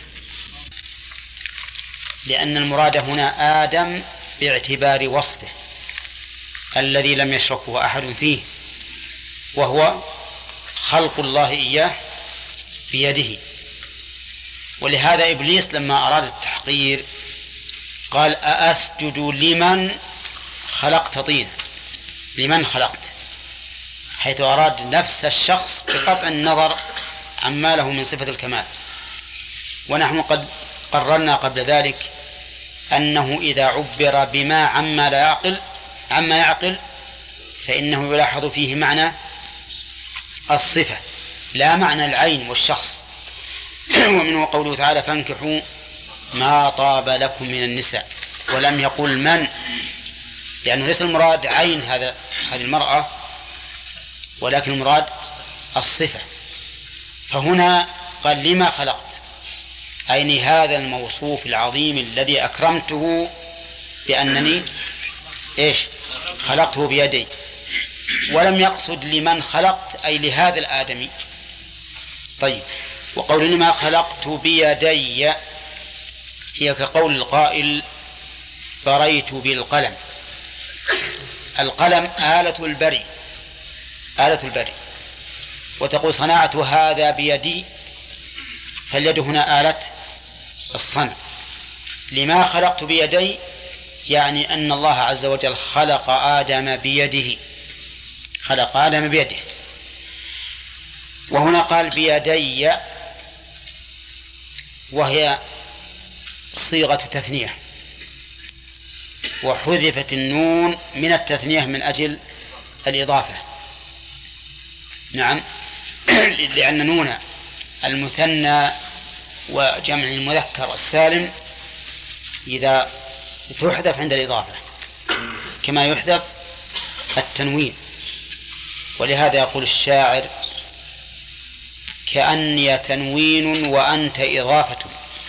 لأن المراد هنا آدم باعتبار وصفه الذي لم يشركه أحد فيه، وهو خلق الله إياه بيده. ولهذا إبليس لما أراد التحقير قال أأسجد لمن خلقت طينا، لمن خلقت، حيث أراد نفس الشخص بقطع النظر عما له من صفة الكمال. ونحن قد قررنا قبل ذلك أنه إذا عبر بما عما لا يعقل عما يعقل فإنه يلاحظ فيه معنى الصفة لا معنى العين والشخص. ومنه قوله تعالى فانكحوا ما طاب لكم من النساء، ولم يقل من، لأنه ليس المراد عين هذا هذه المرأة، ولكن المراد الصفة. فهنا قال لما خلقت، أي لهذا الموصوف العظيم الذي أكرمته بأنني إيش خلقته بيدي. ولم يقصد لمن خلقت أي لهذا الآدمي. طيب وقول لما خلقت بيدي هي كقول القائل بريت بالقلم. القلم آلة البري، آلة البري، وتقول صنعت هذا بيدي، فاليد هنا آلة الصنع. لما خلقت بيدي يعني أن الله عز وجل خلق آدم بيده، خلق آدم بيده. وهنا قال بيدي وهي صيغة تثنية، وحذفت النون من التثنية من أجل الإضافة. نعم لأن نون المثنى وجمع المذكر السالم إذا تحذف عند الإضافة كما يحذف التنوين. ولهذا يقول الشاعر كأني تنوين وأنت إضافة،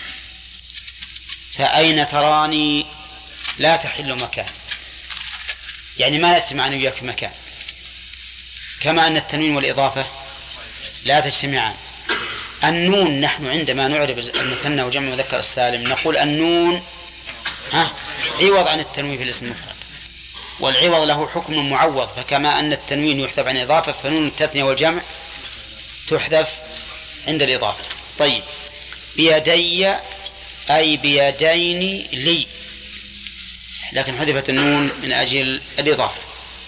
فأين تراني لا تحل مكان، يعني ما نجتمع وياك في مكان، كما أن التنوين والإضافة لا تجتمعان. النون نحن عندما نعرب المثنى وجمع المذكر السالم نقول النون ها عوض عن التنوين في الاسم المفرد، والعوض له حكم معوض، فكما أن التنوين يحذف عن الإضافة فنون التثنية والجمع تحذف عند الإضافة. طيب بيدي أي بيدين لي، لكن حذفت النون من أجل الإضافة.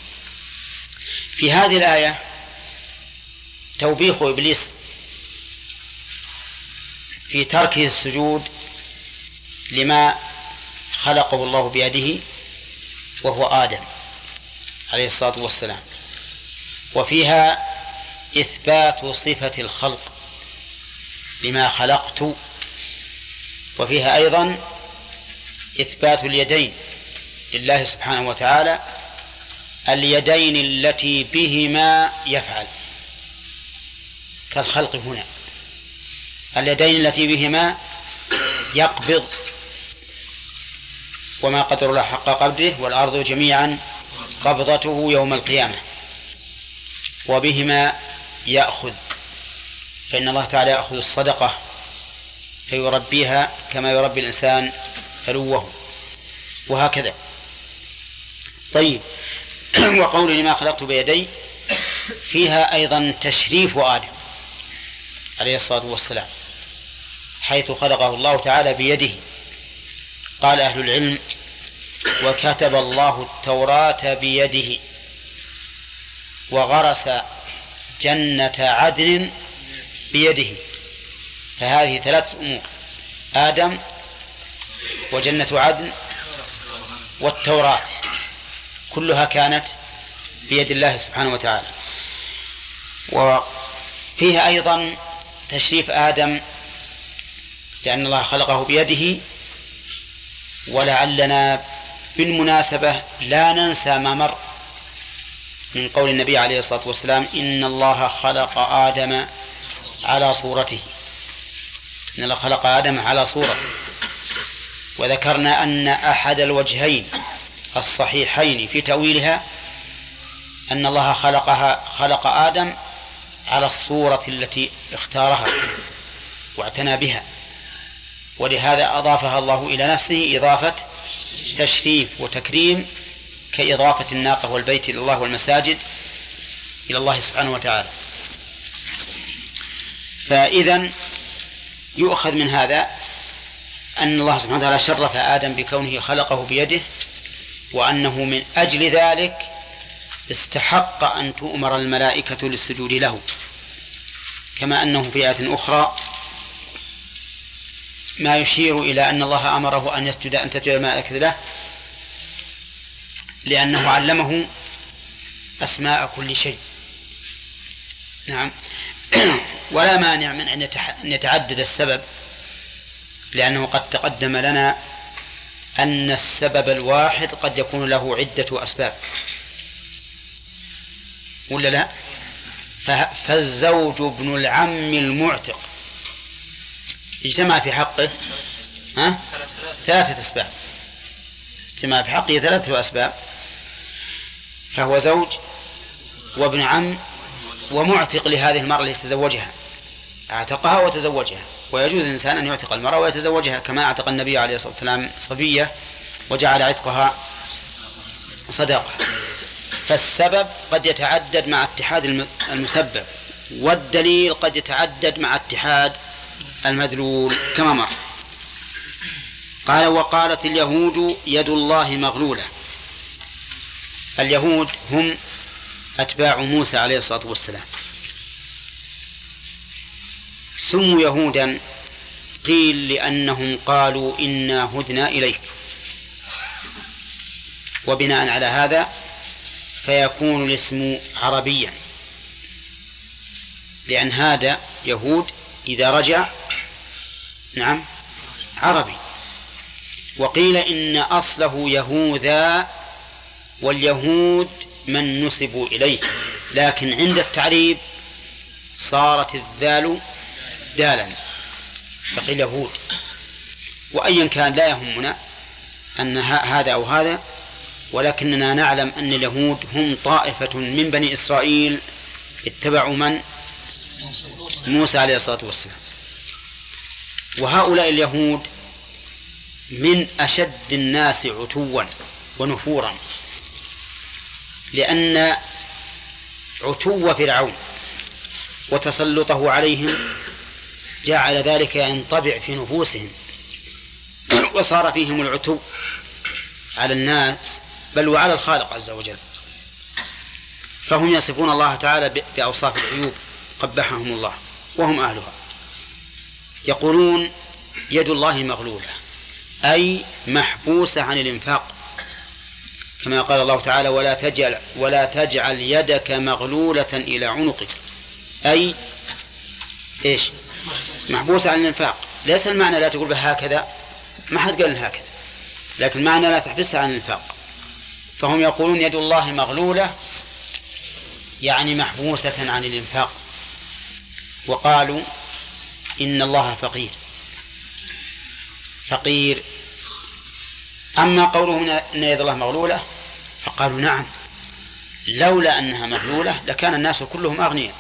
في هذه الآية توبيخ إبليس في تركه السجود لما خلقه الله بيده وهو آدم عليه الصلاة والسلام، وفيها إثبات صفة الخلق لما خلقت، وفيها أيضا إثبات اليدين لله سبحانه وتعالى اليدين التي بهما يفعل كالخلق هنا، اليدين التي بهما يقبض وما قدر الله حق قدره والأرض جميعا قبضته يوم القيامة، وبهما يأخذ، فإن الله تعالى يأخذ الصدقة فيربيها كما يربي الإنسان فلوه، وهكذا. طيب، وقول لما خلقت بيدي فيها أيضا تشريف آدم عليه الصلاة والسلام، حيث خلقه الله تعالى بيده. قال أهل العلم: وكتب الله التوراة بيده، وغرس جنة عدن بيده. فهذه ثلاث أمور: آدم، وجنة عدن، والتوراة، كلها كانت بيد الله سبحانه وتعالى. وفيها أيضا تشريف آدم لأن الله خلقه بيده. ولعلنا بالمناسبة لا ننسى ما مر من قول النبي عليه الصلاة والسلام: إن الله خلق آدم على صورته، إن الله خلق آدم على صورته. وذكرنا أن أحد الوجهين الصحيحين في تأويلها أن الله خلقها خلق آدم على الصورة التي اختارها واعتنى بها، ولهذا أضافها الله إلى نفسه إضافة تشريف وتكريم، كإضافة الناقة والبيت إلى الله والمساجد إلى الله سبحانه وتعالى. فإذن يؤخذ من هذا أن الله سبحانه وتعالى شرف آدم بكونه خلقه بيده، وأنه من أجل ذلك استحق أن تؤمر الملائكة للسجود له، كما أنه في آية أخرى ما يشير إلى أن الله أمره أن يسجد أن تسجد الملائكة له لأنه علمه أسماء كل شيء. نعم. ولا مانع من أن يتعدد السبب، لأنه قد تقدم لنا أن السبب الواحد قد يكون له عدة أسباب، ولا لا؟ فالزوج ابن العم المعتق اجتمع في حقه ها؟ ثلاثة أسباب، اجتمع في حقه ثلاثة أسباب، فهو زوج وابن عم ومعتق لهذه المرأة التي تزوجها، اعتقها وتزوجها. ويجوز الإنسان أن يعتق المرأة ويتزوجها، كما اعتق النبي عليه الصلاة والسلام صفية وجعل عتقها صداقة. فالسبب قد يتعدد مع اتحاد المسبب، والدليل قد يتعدد مع اتحاد المدلول كما مر. قال: وقالت اليهود يد الله مغلولة. اليهود هم أتباع موسى عليه الصلاة والسلام، سموا يهودا قيل لأنهم قالوا إنا هدنا إليك، وبناء على هذا فيكون الاسم عربيا، لأن هذا يهود إذا رجع نعم عربي. وقيل إن أصله يهوذا، واليهود من نسبوا إليه، لكن عند التعريب صارت الذال دالا فقيل يهود. وأيا كان لا يهمنا أن هذا أو هذا، ولكننا نعلم أن اليهود هم طائفة من بني إسرائيل اتبعوا من؟ موسى عليه الصلاة والسلام. وهؤلاء اليهود من أشد الناس عتوا ونفورا، لأن عتو فرعون وتسلطه عليهم جعل ذلك ينطبع في نفوسهم، وصار فيهم العتو على الناس بل وعلى الخالق عز وجل. فهم يصفون الله تعالى بأوصاف العيوب قبحهم الله وهم أهلها. يقولون يد الله مغلولة، أي محبوسة عن الإنفاق، كما قال الله تعالى: ولا تجعل, ولا تجعل يدك مغلولة إلى عنقك، أي إيش؟ محبوسة عن الإنفاق. ليس المعنى لا تقول بها هكذا، ما حد قال هكذا، لكن معنى لا تحبسها عن الإنفاق. فهم يقولون يد الله مغلولة يعني محبوسة عن الإنفاق، وقالوا إن الله فقير فقير. أما قولهم إن يد الله مغلولة فقالوا نعم، لولا أنها مغلولة لكان الناس كلهم أغنياء،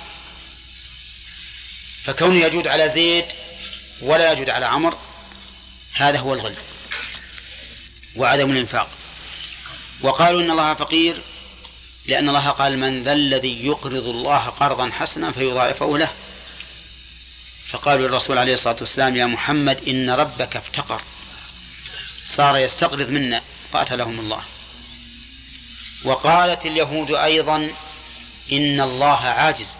فكونه يجود على زيد ولا يجود على عمرو هذا هو الغل وعدم الإنفاق. وقالوا إن الله فقير لأن الله قال من ذا الذي يقرض الله قرضا حسنا فيضاعفه له، فقالوا للرسول عليه الصلاة والسلام يا محمد إن ربك افتقر صار يستقرض منا قاتلهم الله. وقالت اليهود أيضا إن الله عاجز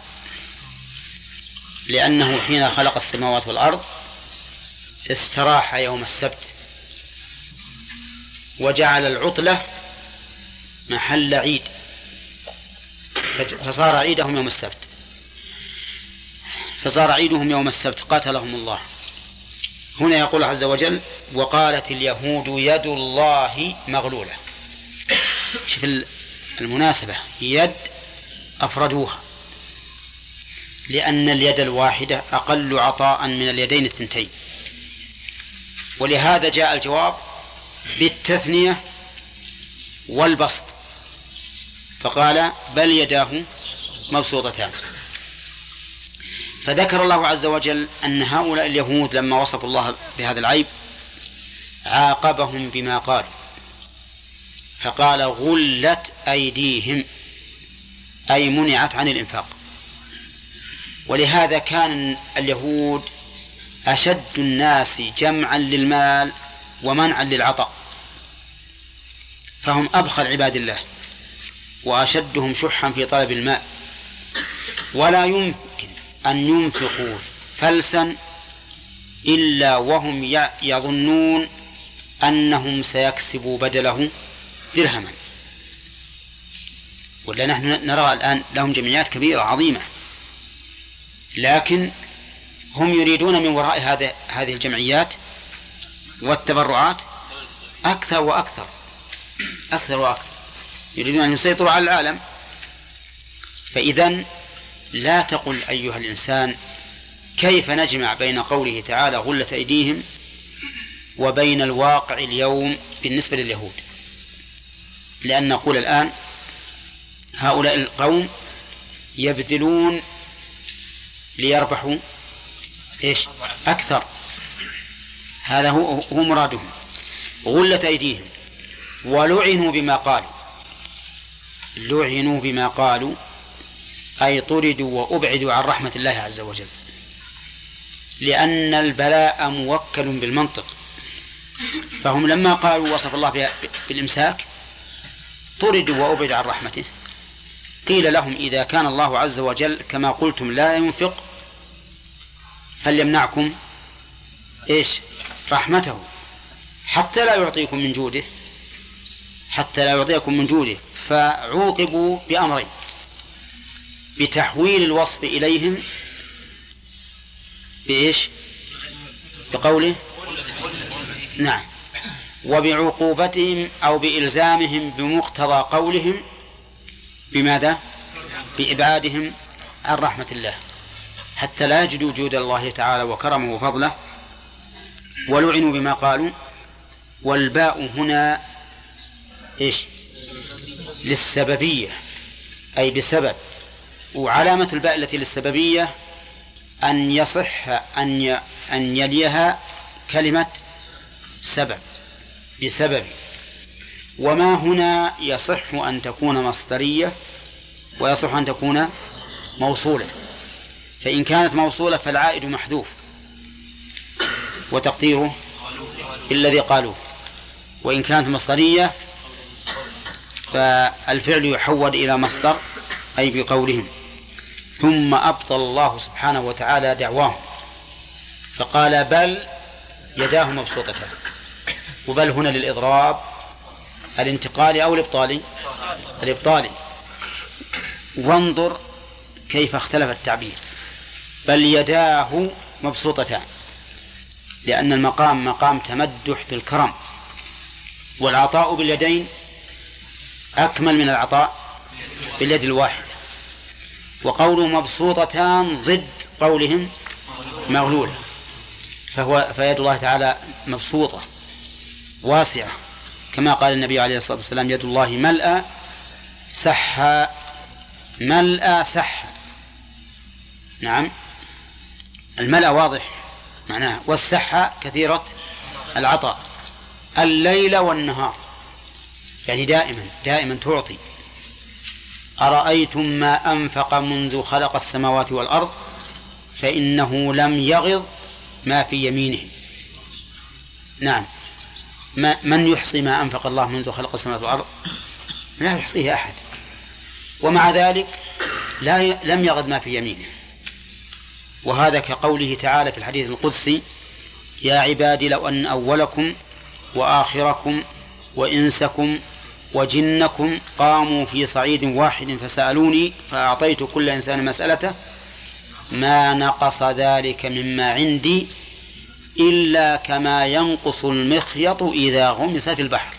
لأنه حين خلق السماوات والأرض استراح يوم السبت وجعل العطلة محل عيد فصار عيدهم يوم السبت فصار عيدهم يوم السبت قاتلهم الله. هنا يقول عز وجل وقالت اليهود يد الله مغلولة. شوف المناسبة، يد أفردوها لأن اليد الواحدة أقل عطاء من اليدين الثنتين، ولهذا جاء الجواب بالتثنية والبسط فقال بل يداه مبسوطتان. فذكر الله عز وجل أن هؤلاء اليهود لما وصفوا الله بهذا العيب عاقبهم بما قال، فقال غلت أيديهم أي منعت عن الإنفاق. ولهذا كان اليهود أشد الناس جمعا للمال ومنعا للعطاء، فهم أبخل عباد الله وأشدهم شحا في طلب المال، ولا يمكن أن ينفقوا فلسا إلا وهم يظنون أنهم سيكسبوا بدله درهما. ولا نحن نرى الآن لهم جمعيات كبيرة عظيمة، لكن هم يريدون من وراء هذه هذه الجمعيات والتبرعات أكثر وأكثر أكثر وأكثر، يريدون أن يسيطروا على العالم. فإذن لا تقل أيها الإنسان كيف نجمع بين قوله تعالى غلت أيديهم وبين الواقع اليوم بالنسبة لليهود، لأن نقول الآن هؤلاء القوم يبذلون ليربحوا إيش أكثر، هذا هو, هو مرادهم. غلت أيديهم ولعنوا بما قالوا، لعنوا بما قالوا أي طردوا وأبعدوا عن رحمة الله عز وجل، لأن البلاء موكل بالمنطق. فهم لما قالوا وصف الله بالإمساك طردوا وأبعدوا عن رحمته. قيل لهم إذا كان الله عز وجل كما قلتم لا ينفق فليمنعكم إيش رحمته حتى لا يعطيكم من جوده حتى لا يعطيكم من جوده. فعوقبوا بأمرين: بتحويل الوصف إليهم بإيش بقوله نعم، وبعقوبتهم أو بإلزامهم بمقتضى قولهم بماذا؟ بإبعادهم عن رحمة الله حتى لا يجدوا جود الله تعالى وكرمه وفضله. ولعنوا بما قالوا. والباء هنا إيش للسببية أي بسبب، وعلامة الباء التي للسببية أن يصح أن أن يليها كلمة سبب بسبب. وما هنا يصح أن تكون مصدرية ويصح أن تكون موصولة، فإن كانت موصولة فالعائد محذوف وتقديره الذي قالوه، وإن كانت مصدرية فالفعل يحول إلى مصدر أي بقولهم. ثم أبطل الله سبحانه وتعالى دعواهم فقال بل يداه مبسوطتان. وبل هنا للإضراب الانتقالي أو الإبطالي الإبطالي. وانظر كيف اختلف التعبير. بل يداه مبسوطتان لأن المقام مقام تمدح بالكرم، والعطاء باليدين أكمل من العطاء باليد الواحدة. وقوله مبسوطتان ضد قولهم مغلولة، فهو فيد الله تعالى مبسوطة واسعة، كما قال النبي عليه الصلاة والسلام يد الله ملأى سحا، ملأى سحا. نعم، الملأ واضح معناه، والسحة كثيرة العطاء الليل والنهار، يعني دائما دائما تعطي. أرأيتم ما أنفق منذ خلق السماوات والأرض فإنه لم يغض ما في يمينه. نعم، ما من يحصي ما أنفق الله منذ خلق السماوات والأرض؟ لا يحصيه أحد، ومع ذلك لا ي... لم يغض ما في يمينه. وهذا كقوله تعالى في الحديث القدسي: يا عبادي لو أن أولكم وآخركم وإنسكم وجنكم قاموا في صعيد واحد فسألوني فأعطيت كل إنسان مسألته ما نقص ذلك مما عندي إلا كما ينقص المخيط إذا غمس في البحر.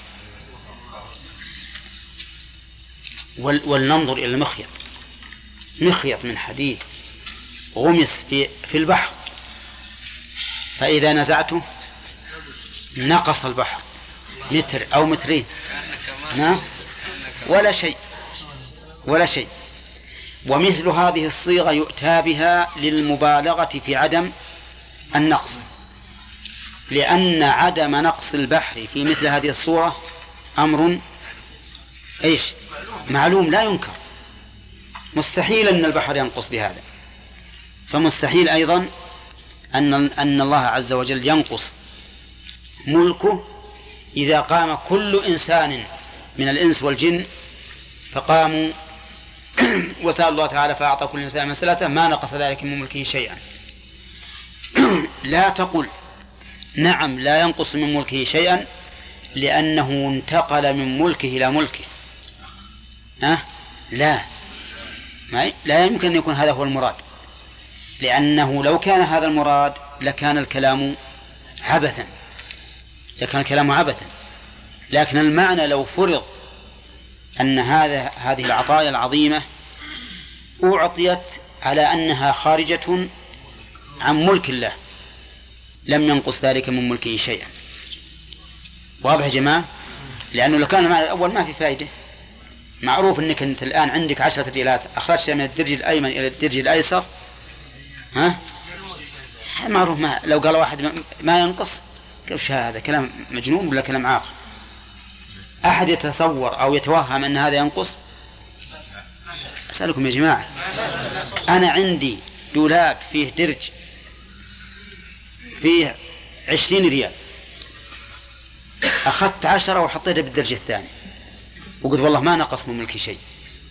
ولننظر إلى المخيط، مخيط من حديد غمس في, في البحر، فإذا نزعته نقص البحر متر أو مترين، نعم، ولا شيء ولا شيء. ومثل هذه الصيغة يؤتى بها للمبالغة في عدم النقص، لأن عدم نقص البحر في مثل هذه الصورة أمر إيش معلوم لا ينكر، مستحيل أن البحر ينقص بهذا، فمستحيل أيضا أن أن الله عز وجل ينقص ملكه إذا قام كل إنسان من الإنس والجن فقاموا وسأل الله تعالى فأعطى كل إنسان مسألته ما نقص ذلك من ملكه شيئا. لا تقل نعم لا ينقص من ملكه شيئا لأنه انتقل من ملكه إلى ملكه، أه؟ لا ما لا يمكن أن يكون هذا هو المراد، لأنه لو كان هذا المراد لكان الكلام عبثا، لكان الكلام عبثا. لكن المعنى لو فرض أن هذا هذه العطايا العظيمة أعطيت على أنها خارجة عن ملك الله لم ينقص ذلك من ملكه شيئا. واضح يا جماعة؟ لأنه لو كان المعنى الأول ما في فائدة. معروف أنك أنت الآن عندك عشرة ريالات أخرجت من الدرج الأيمن إلى الدرج الأيسر، ها؟ معروف. ما لو قال واحد ما ينقص كيف هذا كلام مجنون ولا كلام عاقل؟ أحد يتصور أو يتوهم أن هذا ينقص؟ أسألكم يا جماعة، أنا عندي دولاب فيه درج فيه عشرين ريال، أخذت عشرة وحطيتها بالدرج الثاني وقلت والله ما نقص من ملكي شيء،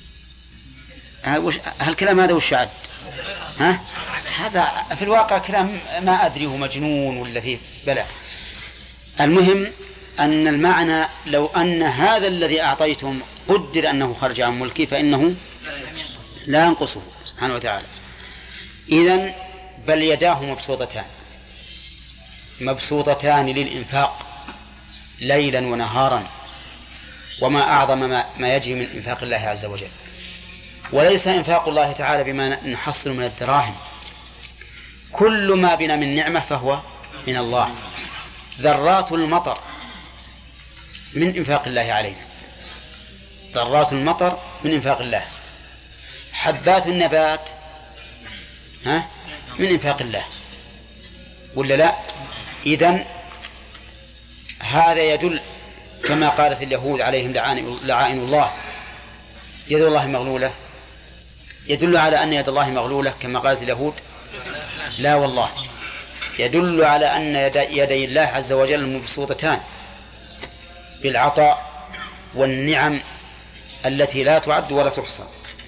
هالكلام هذا وش عد؟ ها؟ هذا في الواقع كلام ما أدري هو مجنون ولا فيه بلا. المهم أن المعنى لو أن هذا الذي أعطيتهم قدر أنه خرج عن ملكي فإنه لا ينقصه سبحانه وتعالى. إذن بل يداه مبسوطتان مبسوطتان للإنفاق ليلا ونهارا، وما أعظم ما, ما يجري من إنفاق الله عز وجل. وليس إنفاق الله تعالى بما نحصل من الدراهم، كل ما بنا من نعمة فهو من الله. ذرات المطر من إنفاق الله علينا، ذرات المطر من إنفاق الله، حبات النبات ها من إنفاق الله ولا لا؟ إذن هذا يدل كما قالت اليهود عليهم لعائن الله يد الله مغلولة، يدل على أن يد الله مغلولة كما قالت اليهود؟ لا والله، يدل على أن يدي الله عز وجل مبسوطتان بالعطاء والنعم التي لا تعد ولا تحصى.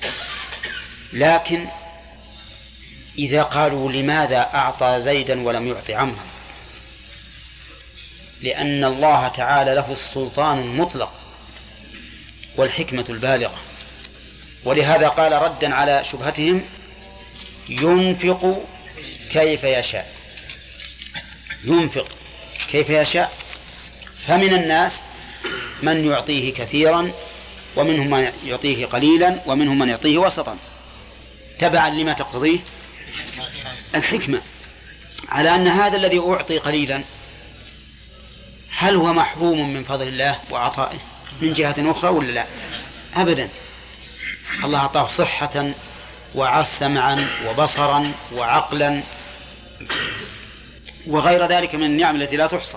لكن إذا قالوا لماذا أعطى زيدا ولم يعطي عمرا؟ لأن الله تعالى له السلطان المطلق والحكمة البالغة، ولهذا قال ردا على شبهتهم ينفق كيف يشاء، ينفق كيف يشاء، فمن الناس من يعطيه كثيرا ومنهم من يعطيه قليلا ومنهم من يعطيه وسطا تبعا لما تقتضيه الحكمة، على أن هذا الذي أعطي قليلا هل هو محروم من فضل الله وعطائه من جهة أخرى ولا لا؟ أبدا، الله أعطاه صحة وسمعا وبصرا وعقلا وغير ذلك من النعم التي لا تحصى،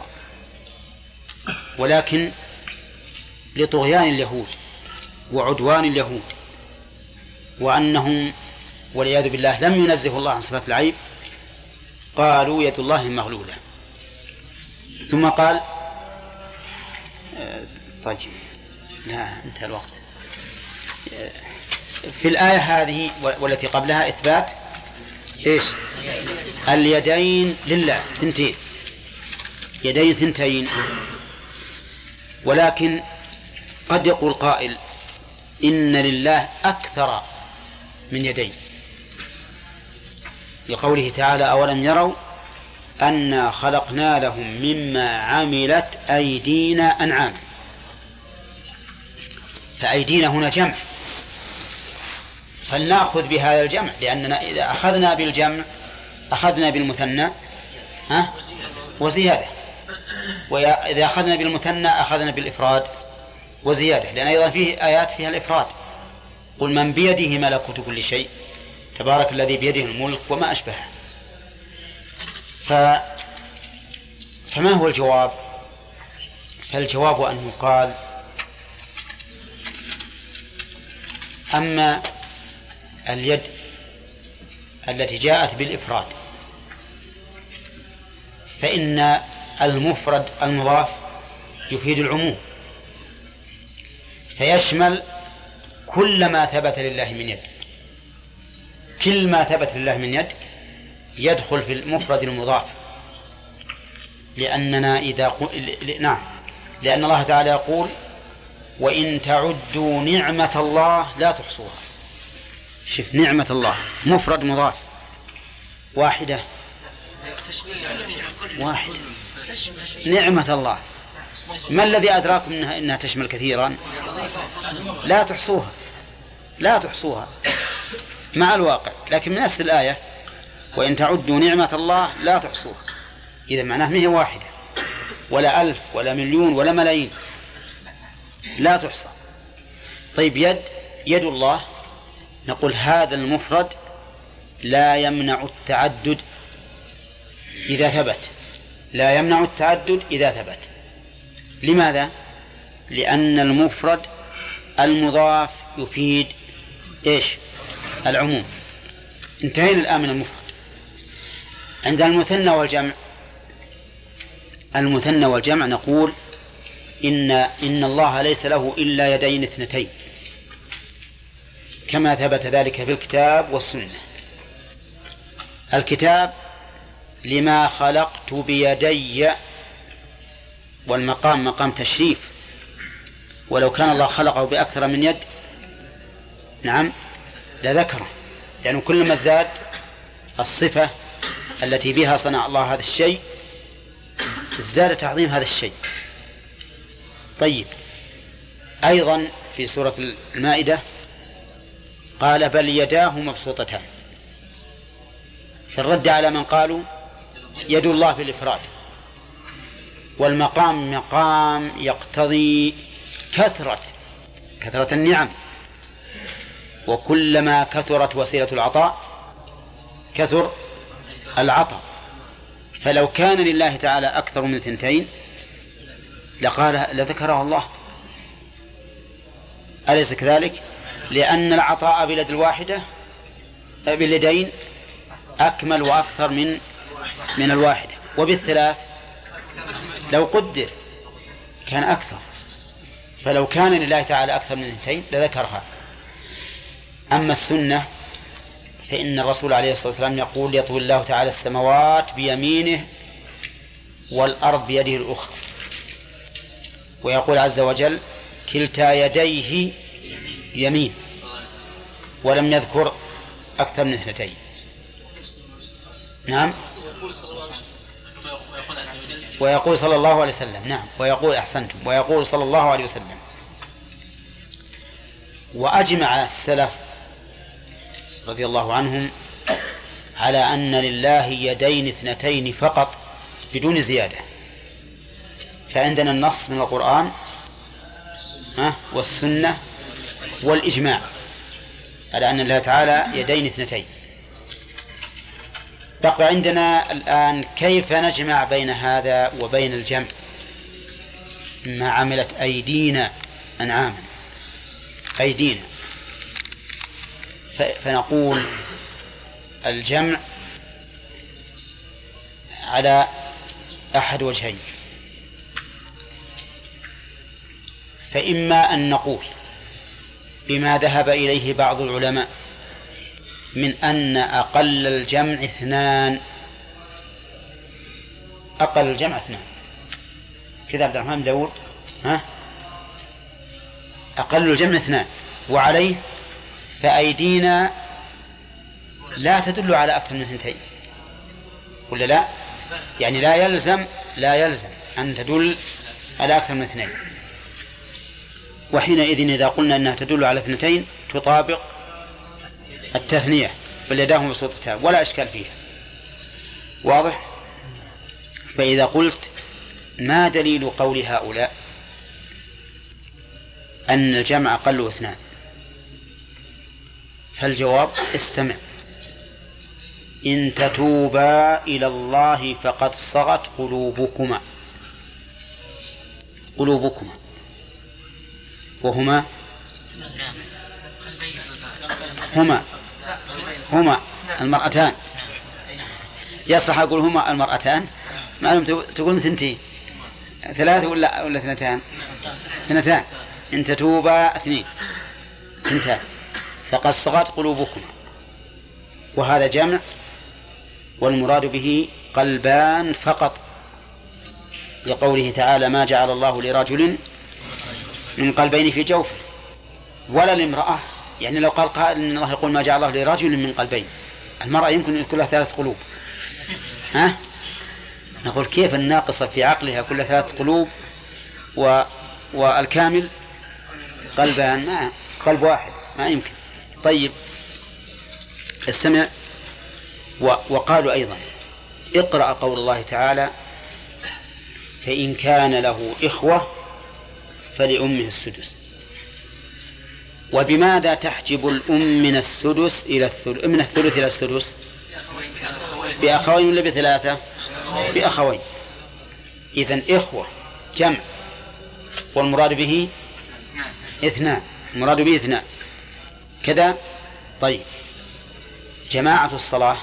ولكن لطغيان اليهود وعدوان اليهود وأنهم والعياذ بالله لم ينزه الله عن صفات العيب قالوا يد الله مغلولة. ثم قال طيب لا انتهى الوقت. في الآية هذه والتي قبلها إثبات إيش؟ اليدين لله ثنتين، يدين ثنتين، ولكن قد يقول قائل إن لله أكثر من يدين، لقوله تعالى أولم يروا أنا خلقنا لهم مما عملت أيدينا أنعام، فأيدينا هنا جمع، فلنأخذ بهذا الجمع، لأننا إذا أخذنا بالجمع أخذنا بالمثنى ها وزيادة، وإذا أخذنا بالمثنى أخذنا بالإفراد وزيادة، لأن أيضا فيه آيات فيها الإفراد، قل من بيده ملكوت كل شيء تبارك الذي بيده الملك وما أشبهه. ف... فما هو الجواب؟ فالجواب أن يقال أما اليد التي جاءت بالإفراد فإن المفرد المضاف يفيد العموم، فيشمل كل ما ثبت لله من يد، كل ما ثبت لله من يد يدخل في المفرد المضاف، لأننا إذا قل... نعم لأن الله تعالى يقول وإن تعدوا نعمة الله لا تحصوها. شوف نعمة الله مفرد مضاف واحدة واحدة نعمة الله، ما الذي أدراكم إنها, إنها تشمل كثيرا؟ لا تحصوها لا تحصوها مع الواقع، لكن من نفس الآية وإن تعدوا نعمة الله لا تحصوها، إذا معناه ما هي واحدة ولا ألف ولا مليون ولا ملايين، لا تحصى. طيب يد يد الله نقول هذا المفرد لا يمنع التعدد إذا ثبت، لا يمنع التعدد إذا ثبت. لماذا؟ لأن المفرد المضاف يفيد إيش؟ العموم. انتهينا الآن من المفرد. عند المثنى والجمع، المثنى والجمع نقول إن إن الله ليس له إلا يدين اثنتين كما ثبت ذلك في الكتاب والسنة. الكتاب لما خلقت بيدي، والمقام مقام تشريف، ولو كان الله خلقه بأكثر من يد نعم لذكره، لأنه كلما ازداد الصفة التي بها صنع الله هذا الشيء ازداد تعظيم هذا الشيء. طيب أيضا في سورة المائدة قال بل يداه مبسوطتان، في الرد على من قالوا يد الله بالإفراد، والمقام مقام يقتضي كثرة كثرة النعم، وكلما كثرت وسيلة العطاء كثر العطاء، فلو كان لله تعالى أكثر من ثنتين لقال لذكره الله، أليس كذلك؟ لأن العطاء باليد الواحدة باليدين أكمل وأكثر من من الواحدة، وبالثلاث لو قدر كان أكثر، فلو كان لله تعالى أكثر من اثنتين لذكرها. أما السنة فإن الرسول عليه الصلاة والسلام يقول يطوي الله تعالى السماوات بيمينه والأرض بيده الأخرى، ويقول عز وجل كلتا يديه يمين، ولم يذكر أكثر من اثنتين. نعم ويقول صلى الله عليه وسلم نعم ويقول أحسنتم ويقول صلى الله عليه وسلم وأجمع السلف رضي الله عنهم على أن لله يدين اثنتين فقط بدون زيادة. فعندنا النص من القرآن والسنة والإجماع على أن الله تعالى يدين اثنتين. بقى عندنا الآن كيف نجمع بين هذا وبين الجمع ما عملت أيدينا أنعاما أيدينا. فنقول الجمع على أحد وجهين. فإما أن نقول بما ذهب إليه بعض العلماء من أن أقل الجمع اثنان أقل الجمع اثنان كذا عبد الرحمن داود ها أقل الجمع اثنان، وعليه فأيدينا لا تدل على أكثر من اثنتين ولا لا؟ يعني لا يلزم لا يلزم أن تدل على أكثر من اثنين. وحينئذ إذا قلنا أنها تدل على اثنتين تطابق التثنية بل يداه مبسوطتان ولا إشكال فيها. واضح؟ فإذا قلت ما دليل قول هؤلاء أن الجمع أقل اثنان، فالجواب استمع: إن تتوبا إلى الله فقد صغت قلوبكما قلوبكما وهما هما هما المرأتان. يصح أقول هما المرأتان معلوم تقول ثنتين ثلاثة ولا ولا اثنتان اثنتان إن تتوبا اثنين اثنتان فقد صغت قلوبكما. وهذا جمع والمراد به قلبان فقط، لقوله تعالى: ما جعل الله لرجل من قلبين في جوفه ولا لامرأة. يعني لو قال قائل إن الله يقول ما جعل الله لرجل من قلبين، المرأة يمكن يكون لها ثلاث قلوب، ها؟ نقول كيف الناقصة في عقلها كل ثلاث قلوب و... والكامل قلبان، ما قلب واحد ما يمكن. طيب استمع. و... وقالوا أيضا: اقرأ قول الله تعالى: فإن كان له إخوة فلأمه السدس. وبماذا تحجب الأم من السدس إلى الثلث من الثلث إلى السدس؟ بأخوين ولا بثلاثة؟ بأخوين. إذن إخوة جمع والمراد به اثنان، المراد به اثنان كذا. طيب جماعة الصلاة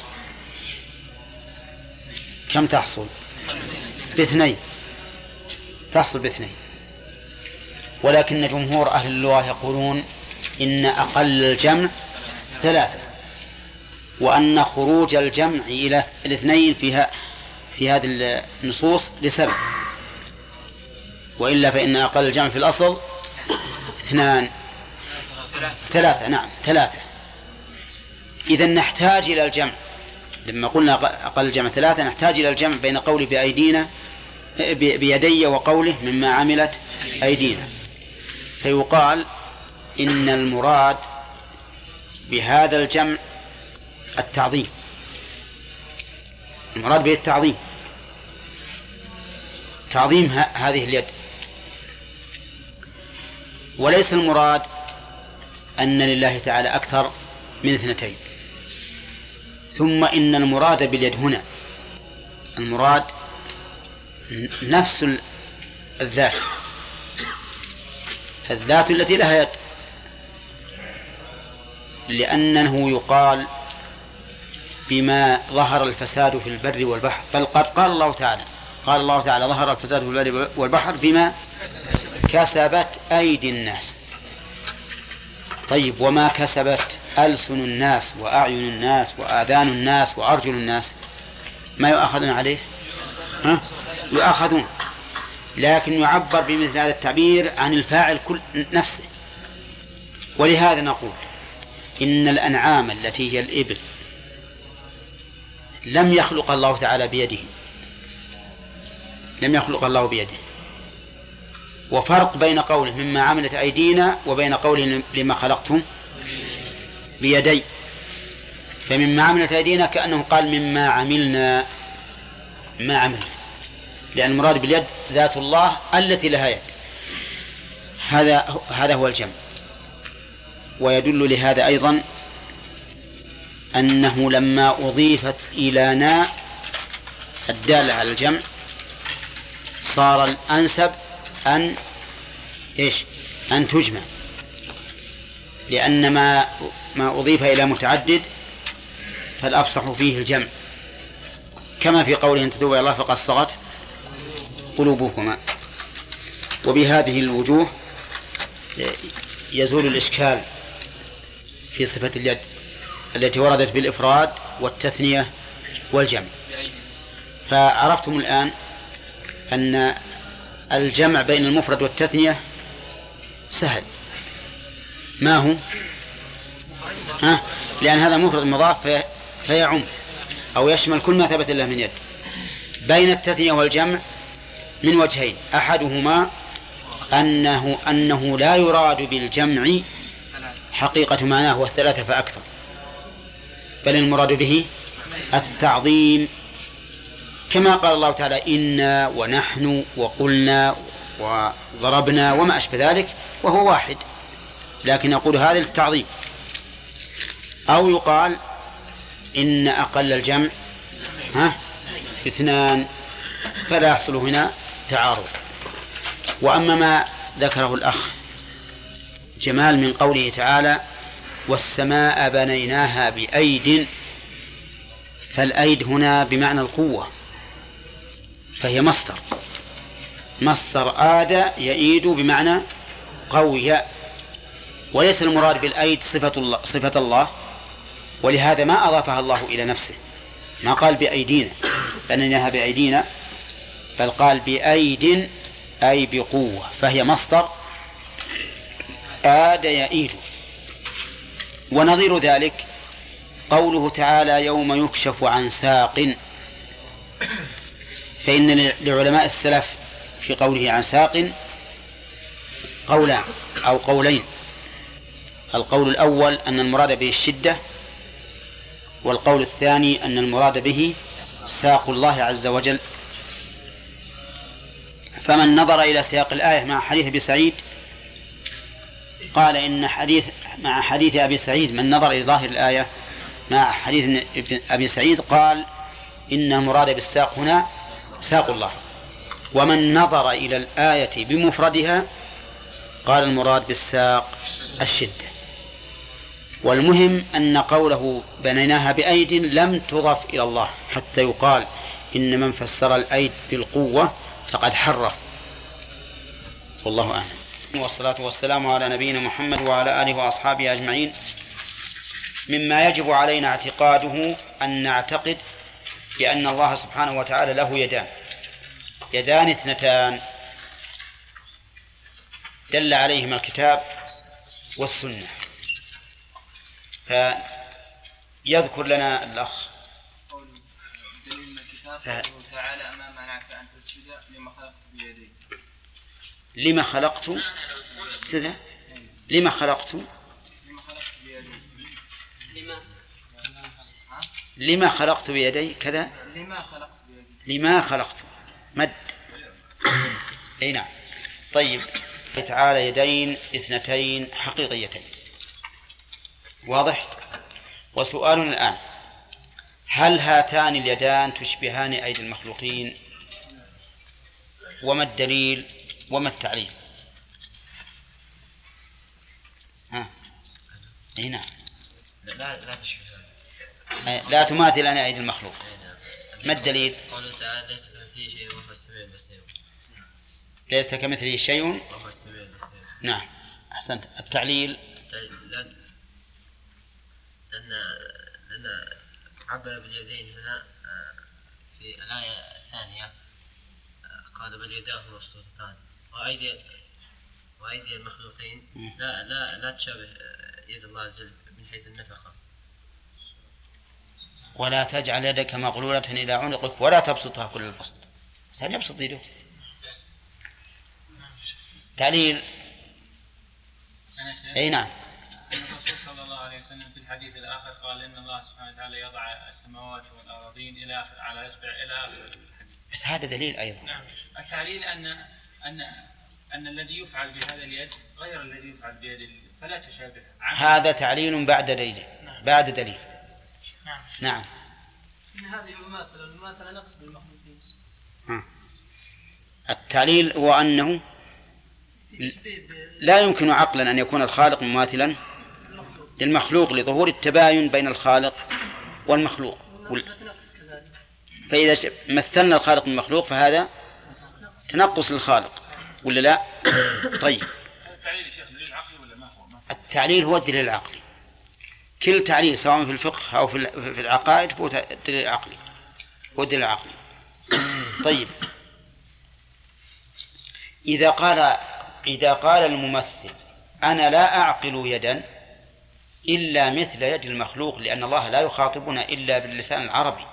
كم تحصل؟ باثنين، تحصل باثنين. ولكن جمهور أهل اللغة يقولون إن أقل الجمع ثلاثة، وأن خروج الجمع إلى الاثنين فيها في هذه النصوص لسبب، وإلا فإن أقل الجمع في الأصل اثنان ثلاثة. نعم ثلاثة. إذن نحتاج إلى الجمع. لما قلنا أقل الجمع ثلاثة نحتاج إلى الجمع بين قوله بأيدينا بيدي وقوله مما عملت أيدينا. فيقال إن المراد بهذا الجمع التعظيم، المراد به التعظيم، تعظيم هذه اليد، وليس المراد أن لله تعالى أكثر من اثنتين. ثم إن المراد باليد هنا المراد نفس الذات، الذات التي لها يد، لأنه يقال بما ظهر الفساد في البر والبحر، بل قد قال الله تعالى قال الله تعالى ظهر الفساد في البر والبحر بما كسبت أيدي الناس. طيب وما كسبت ألسن الناس وأعين الناس وآذان الناس وأرجل الناس ما يؤاخذون عليه؟ ها؟ يؤاخذون، لكن يعبر بمثل هذا التعبير عن الفاعل كل نفسه. ولهذا نقول إن الأنعام التي هي الإبل لم يخلق الله تعالى بيده، لم يخلق الله بيده، وفرق بين قوله مما عملت أيدينا وبين قوله لما خلقتم بيدي. فمما عملت أيدينا كأنه قال مما عملنا ما عملنا، لأن المراد باليد ذات الله التي لها يد. هذا هذا هو الجمع. ويدل لهذا أيضا أنه لما أضيفت إلى ناء الدالة على الجمع صار الأنسب أن إيش أن تجمع، لأن ما ما أضيف إلى متعدد فالأفصح فيه الجمع، كما في قوله إن تتوبوا إلى الله فقد صغت قلوبكما. وبهذه الوجوه يزول الإشكال في صفة اليد التي وردت بالإفراد والتثنية والجمع. فعرفتم الآن أن الجمع بين المفرد والتثنية سهل. ما هو؟ ها؟ لأن هذا مفرد مضاف فيعم أو يشمل كل ما ثبت له من يد. بين التثنية والجمع من وجهين: أحدهما أنه, أنه لا يراد بالجمع حقيقة معناه والثلاثة فأكثر، بل المراد به التعظيم، كما قال الله تعالى إنا ونحن وقلنا وضربنا وما أشبه ذلك، وهو واحد لكن يقول هذا للتعظيم. أو يقال إن أقل الجمع ها اثنان فلا يحصل هنا تعارض. وأما ما ذكره الأخ جمال من قوله تعالى والسماء بنيناها بأيد، فالأيد هنا بمعنى القوة، فهي مصدر مصدر آد يئيد بمعنى قوي، وليس المراد بالأيد صفة الله, صفة الله، ولهذا ما أضافها الله إلى نفسه، ما قال بأيدينا بنيناها بأيدينا، بل قال بأيد أي بقوة، فهي مصدر آد يئيد. ونظير ذلك قوله تعالى يوم يكشف عن ساق، فإن لعلماء السلف في قوله عن ساق قولان أو قولين: القول الأول أن المراد به الشدة، والقول الثاني أن المراد به ساق الله عز وجل. فمن نظر إلى سياق الآية مع حديث أبي سعيد قال إن حديث مع حديث أبي سعيد من نظر إلى ظاهر الآية مع حديث أبي سعيد قال إن المراد بالساق هنا ساق الله. ومن نظر إلى الآية بمفردها قال المراد بالساق الشدة. والمهم أن قوله بنيناها بأيد لم تضف إلى الله حتى يقال إن من فسر الأيد بالقوة فقد حرف. والله أعلم. والصلاة والسلام على نبينا محمد وعلى آله وأصحابه أجمعين. مما يجب علينا اعتقاده أن نعتقد بأن الله سبحانه وتعالى له يدان، يدان اثنتان دل عليهما الكتاب والسنة. فيذكر لنا الأخ قول دليل الكتاب ف... قوله تعالى أما منعك أن تسجد لما خلقت بيدي. لما خلقت سده لما خلقت لما خلقت بيدي لما لما خلقت بيدي كذا لما خلقت بيدي لما خلقت مد. اي نعم. طيب، تعالى يدين اثنتين حقيقيتين، واضح. وسؤالنا الآن: هل هاتان اليدان تشبهان أيدي المخلوقين؟ وما الدليل وما التعليل؟ ها اي نعم. لا لا تشبهان، لا تماثل أنا أيدي المخلوق. ما الدليل؟ قوله تعالى ليس كمثله شيء وهو السميع البصير. ليس كمثله شيء وهو السميع البصير. نعم، أحسنت. التعليل: لأن لأن عبر باليدين هنا في الآية الثانية قال بل يداه مبسوطتان، وأيدي وأيدي المخلوقين لا لا لا تشابه يد الله عز وجل من حيث النفقة. ولا تجعل يدك مغلولة إلى عنقك ولا تبسطها كل البسط. سهل يبسط يده. تعليل. أي نعم. الرسول صلى الله عليه وسلم في الحديث الآخر قال إن الله سبحانه وتعالى يضع السماوات والأراضين إلى آخر على إصبع إلى آخر. بس هذا دليل أيضا. نعم. التعليل أن أن أن الذي يفعل بهذا اليد غير الذي يفعل بيد فلا تشابه. هذا تعليل بعد دليل. نعم. بعد دليل. نعم. نعم. إن هذه المماثلة المماثلة نقص بالمخلوقين. التعليل هو أنه لا يمكن عقلا أن يكون الخالق مماثلا للمخلوق لظهور التباين بين الخالق والمخلوق. فإذا مثلنا الخالق بالمخلوق فهذا تنقص للخالق ولا لا؟ طيب، التعليل هو الدليل العقلي. كل تعليل سواء في الفقه أو في العقائد هو الدليل العقلي، هو الدليل العقلي. طيب، إذا قال إذا قال الممثل أنا لا أعقل يدا إلا مثل يد المخلوق لأن الله لا يخاطبنا إلا باللسان العربي،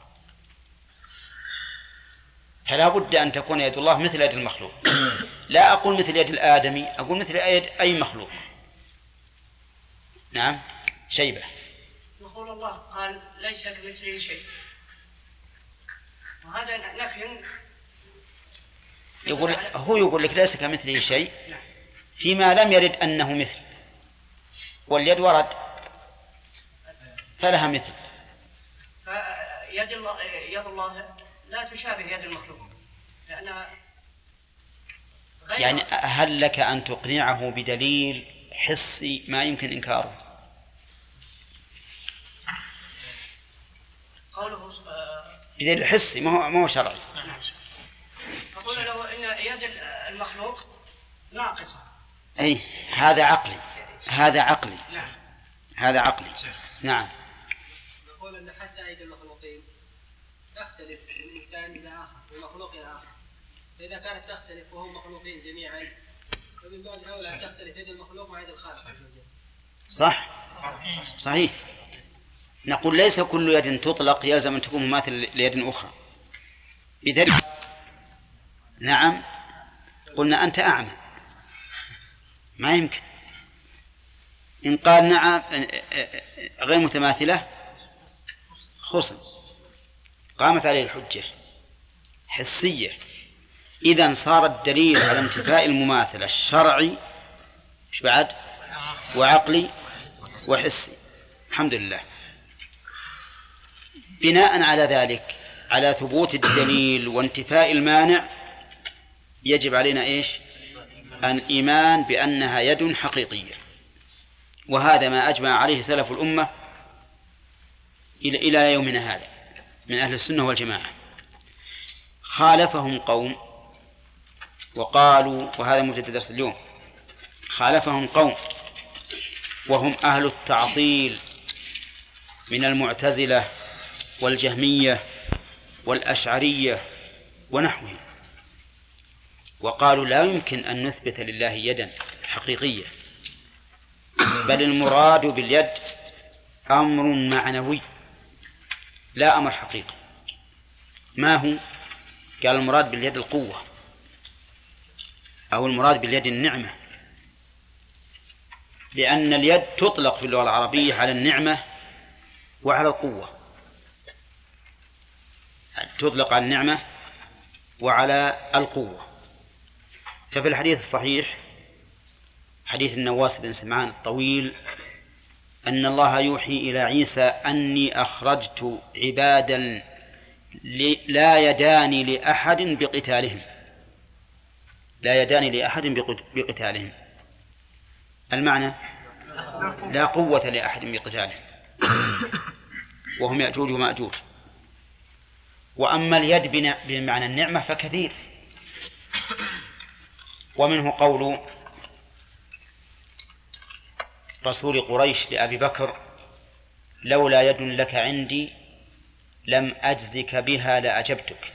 فلا بد أن تكون يد الله مثل يد المخلوق. لا أقول مثل يد الآدمي، أقول مثل يد أي مخلوق. نعم. شيبة. يقول الله قال ليس كمثله شيء، وهذا نفي. يقول هو يقول لك ليس كمثله شيء فيما لم يرد أنه مثل، واليد ورد فلها مثل. فيد الله يد الله لا تشابه يد المخلوق لأنها يعني هل لك أن تقنعه بدليل حسي ما يمكن إنكاره؟ قوله بدليل حسي ما هو ما هو شرعي. أقول له إن يد المخلوق ناقصة. أي هذا عقلي، هذا عقلي. نعم. هذا عقلي. نعم. نقول أن حتى أيدي المخلوقين تختلف من إنسان إلى آخر ومخلوق إلى آخر، فإذا كانت تختلف وهم مخلوقين جميعا فمن باب أولى أن تختلف يد المخلوق مع يد الخالق. صح. صحيح. نقول ليس كل يد تطلق يلزم أن تكون مماثلة ليد أخرى. بذلك نعم قلنا أنت أعمى، ما يمكن. إن قال نعم غير متماثلة خصم، قامت عليه الحجة حسية. إذن صار الدليل على انتفاء المماثلة الشرعي مش بعد وعقلي وحسي. الحمد لله. بناء على ذلك، على ثبوت الدليل وانتفاء المانع، يجب علينا إيش؟ الإيمان بأنها يد حقيقية، وهذا ما أجمع عليه سلف الأمة إلى يومنا هذا من أهل السنة والجماعة. خالفهم قوم وقالوا، وهذا مبتدأ درس اليوم، خالفهم قوم وهم أهل التعطيل من المعتزلة والجهمية والأشعرية ونحوهم، وقالوا لا يمكن أن نثبت لله يدا حقيقية، بل المراد باليد أمر معنوي لا أمر حقيقي. ما هو؟ قال المراد باليد القوة، أو المراد باليد النعمة، لأن اليد تطلق في اللغة العربية على النعمة وعلى القوة، تطلق على النعمة وعلى القوة. ففي الحديث الصحيح حديث النواس بن سمعان الطويل أن الله يوحي إلى عيسى أني أخرجت عبادا لا يداني لأحد بقتالهم، لا يداني لأحد بقتالهم، المعنى لا قوة لأحد بقتالهم، وهم يأجوج ومأجوج. وأما اليد بمعنى النعمة فكثير، ومنه قول رسول قريش لأبي بكر لولا يد لك عندي لم أجزك بها لأجبتك،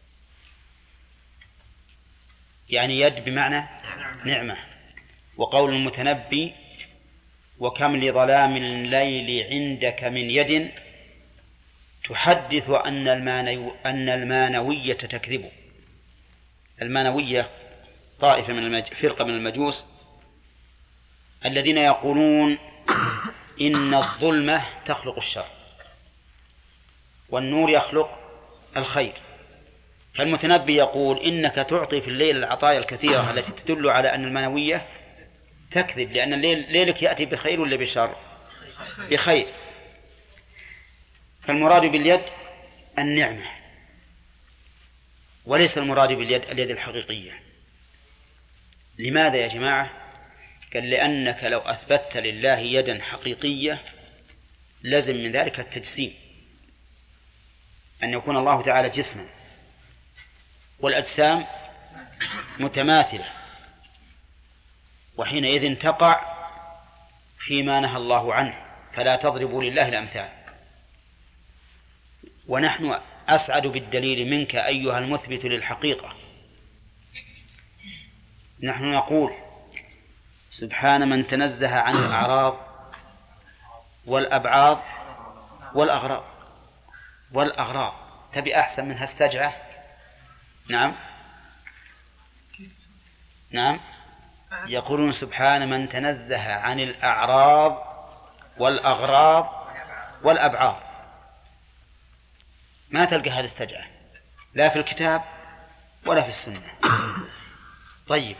يعني يد بمعنى نعمة. وقول المتنبي وكم لظلام الليل عندك من يد تحدث أن المانوية تكذب. المانوية طائفة من المج... فرقة من المجوس الذين يقولون إن الظلمة تخلق الشر والنور يخلق الخير. فالمتنبي يقول إنك تعطي في الليل العطايا الكثيرة التي تدل على أن المنوية تكذب، لأن الليل ليلك يأتي بخير ولا بشر؟ بخير. فالمراد باليد النعمة، وليس المراد باليد اليد الحقيقية. لماذا يا جماعة؟ قال لأنك لو أثبتت لله يدا حقيقية لازم من ذلك التجسيم، أن يكون الله تعالى جسما، والأجسام متماثلة، وحينئذ تقع فيما نهى الله عنه، فلا تضربوا لله الأمثال. ونحن أسعد بالدليل منك أيها المثبت للحقيقة. نحن نقول سبحان من تنزه عن الأعراض والأبعاض والأغراض والأغراض. تبي أحسن من هالسجعة؟ نعم نعم يقولون سبحان من تنزه عن الأعراض والأغراض والأبعاض. ما تلقى هذه السجعة لا في الكتاب ولا في السنة. طيب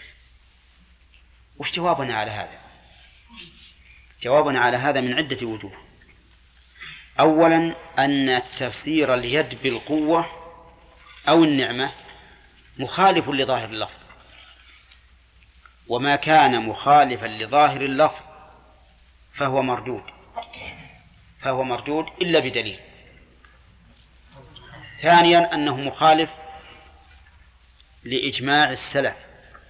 وش جوابنا على هذا؟ جوابنا على هذا من عدة وجوه. أولا أن تفسير اليد بالقوة أو النعمة مخالف لظاهر اللفظ، وما كان مخالفا لظاهر اللفظ فهو مردود فهو مردود إلا بدليل. ثانيا أنه مخالف لإجماع السلف.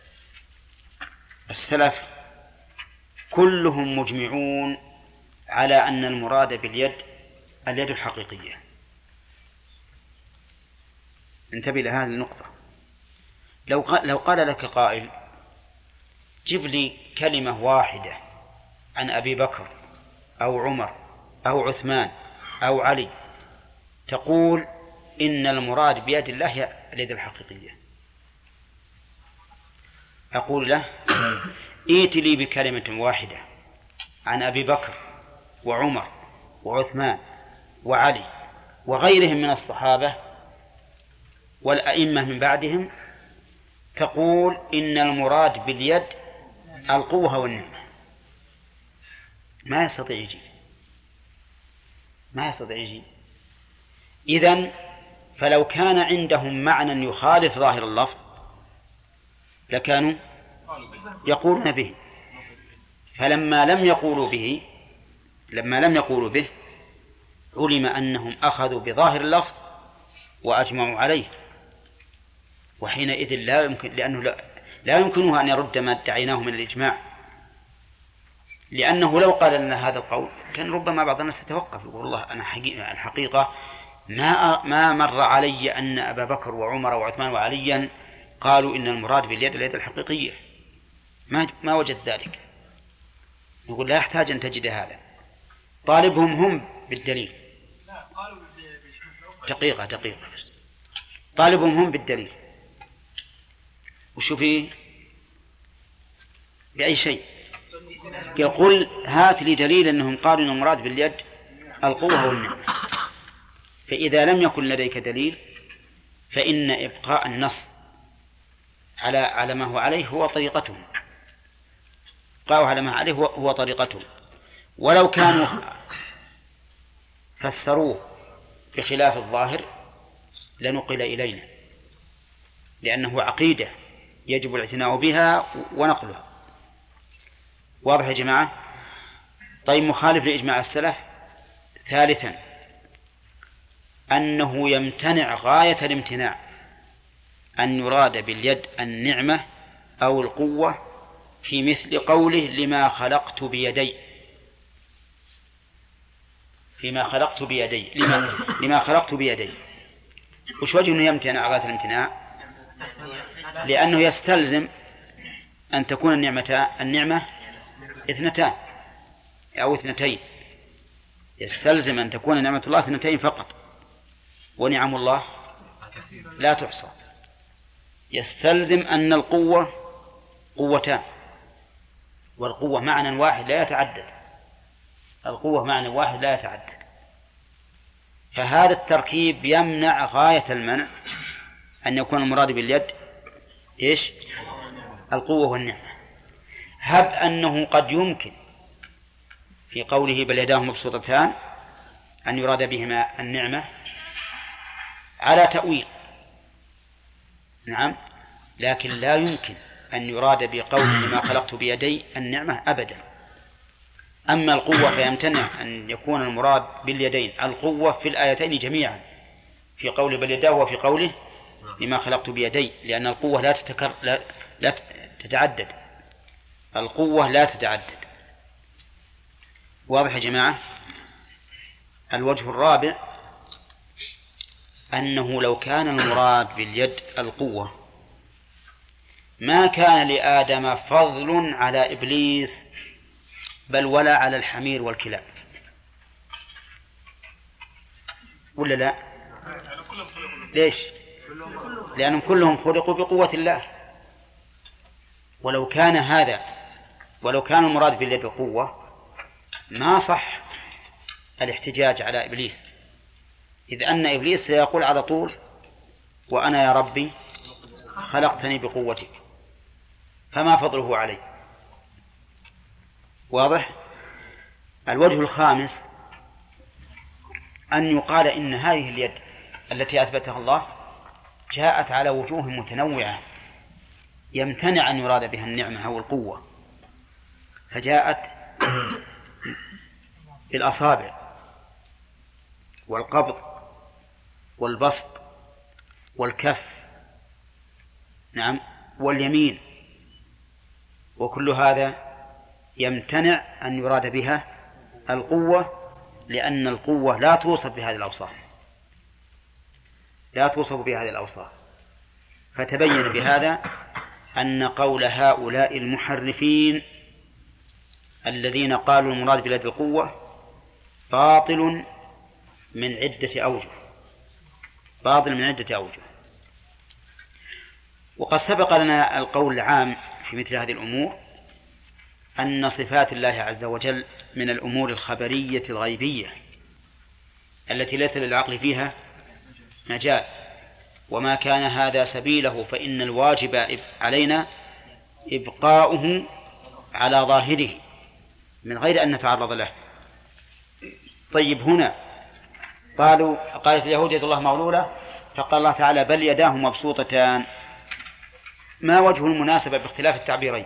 السلف كلهم مجمعون على أن المراد باليد اليد الحقيقية. انتبه لهذه النقطة. لو قال, لو قال لك قائل جيب لي كلمة واحدة عن أبي بكر أو عمر أو عثمان أو علي تقول إن المراد بيد الله هي اليد الحقيقية، أقول له ائت لي بكلمة واحدة عن أبي بكر وعمر وعثمان وعلي وغيرهم من الصحابة والأئمة من بعدهم تقول إن المراد باليد القوة والنعمة. ما يستطيع يجي ما يستطيع يجي إذن فلو كان عندهم معنى يخالف ظاهر اللفظ لكانوا يقولون به. فلما لم يقولوا به لما لم يقولوا به علم أنهم أخذوا بظاهر اللفظ وأجمعوا عليه، وحينئذ لا يمكن لأنه لا, لا يمكنه أن يرد ما ادعيناه من الإجماع، لأنه لو قال لنا هذا القول كان ربما بعض الناس يتوقف يقول الله أنا حقيقة الحقيقة ما ما مر علي أن أبا بكر وعمر وعثمان وعليا قالوا إن المراد باليد اليد الحقيقية، ما ما وجد ذلك. نقول لا يحتاج أن تجد هذا، طالبهم هم بالدليل. دقيقة دقيقة طالبهم هم بالدليل. وشو فيه بأي شيء؟ يقول هات لي دليل أنهم قالوا أن المراد باليد القوة والنعمة. فإذا لم يكن لديك دليل فإن إبقاء النص على على ما هو عليه هو طريقتهم إبقاءه على ما عليه هو طريقتهم. ولو كانوا فسروه بخلاف الظاهر لنقل إلينا، لأنه عقيدة يجب الاعتناء بها ونقلها. واضح يا جماعة؟ طيب مخالف لإجماع السلف. ثالثا أنه يمتنع غاية الامتناع أن يراد باليد النعمة أو القوة في مثل قوله لما خلقت بيدي فيما خلقت بيدي لما, لما خلقت بيدي. وش وجه أنه يمتنع غاية الامتناع؟ لأنه يستلزم أن تكون النعمة النعمة اثنتان أو اثنتين، يستلزم أن تكون نعمة الله اثنتين فقط، ونعم الله لا تحصى. يستلزم أن القوة قوتان، والقوة معنى واحد لا يتعدد، القوة معنى واحد لا يتعدد، فهذا التركيب يمنع غاية المنع أن يكون المراد باليد إيش؟ القوة والنعمة. هب أنه قد يمكن في قوله بل يداه مبسوطتان أن يراد بهما النعمة على تأويل، نعم، لكن لا يمكن أن يراد بقوله ما خلقت بيدي النعمة أبدا. أما القوة فيمتنع أن يكون المراد باليدين القوة في الآيتين جميعا، في قوله بل يداه وفي قوله بما خلقت بيدي، لأن القوة لا تتكر لا, لا تتعدد، القوة لا تتعدد. واضح يا جماعة؟ الوجه الرابع أنه لو كان المراد باليد القوة ما كان لآدم فضل على إبليس بل ولا على الحمير والكلاب، ولا لا؟ ليش؟ لأنهم كلهم خلقوا بقوة الله. ولو كان هذا ولو كان المراد باليد القوة ما صح الاحتجاج على إبليس، إذ أن إبليس سيقول على طول وأنا يا ربي خلقتني بقوتك، فما فضله علي؟ واضح؟ الوجه الخامس أن يقال إن هذه اليد التي أثبتها الله جاءت على وجوه متنوعة يمتنع أن يراد بها النعمة أو القوة، فجاءت بالأصابع والقبض والبسط والكف، نعم، واليمين، وكل هذا يمتنع أن يراد بها القوة، لأن القوة لا توصف بهذه الأوصاف، لا توصف بهذه الأوصاف. فتبين بهذا أن قول هؤلاء المحرفين الذين قالوا المراد بيد القوة باطل من عدة أوجه، باطل من عدة أوجه. وقد سبق لنا القول العام في مثل هذه الأمور أن صفات الله عز وجل من الأمور الخبرية الغيبية التي ليس للعقل فيها مجال، وما كان هذا سبيله فإن الواجب علينا إبقاؤه على ظاهره من غير أن نتعرض له. طيب، هنا قالوا قالت اليهود يد الله مغلولة، فقال الله تعالى بل يداه مبسوطتان، ما وجه المناسبة باختلاف التعبيرين؟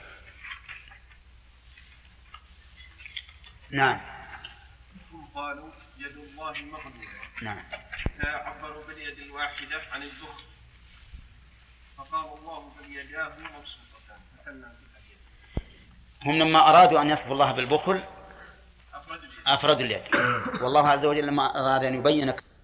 نعم، قالوا يد الله مغلولة، نعم، عبروا باليد الواحدة عن البخل، فقال الله بل يداه مبسوطتان. هم لما أرادوا أن يصفوا الله بالبخل أفردوا اليد، والله عز وجل لما أراد أن يبين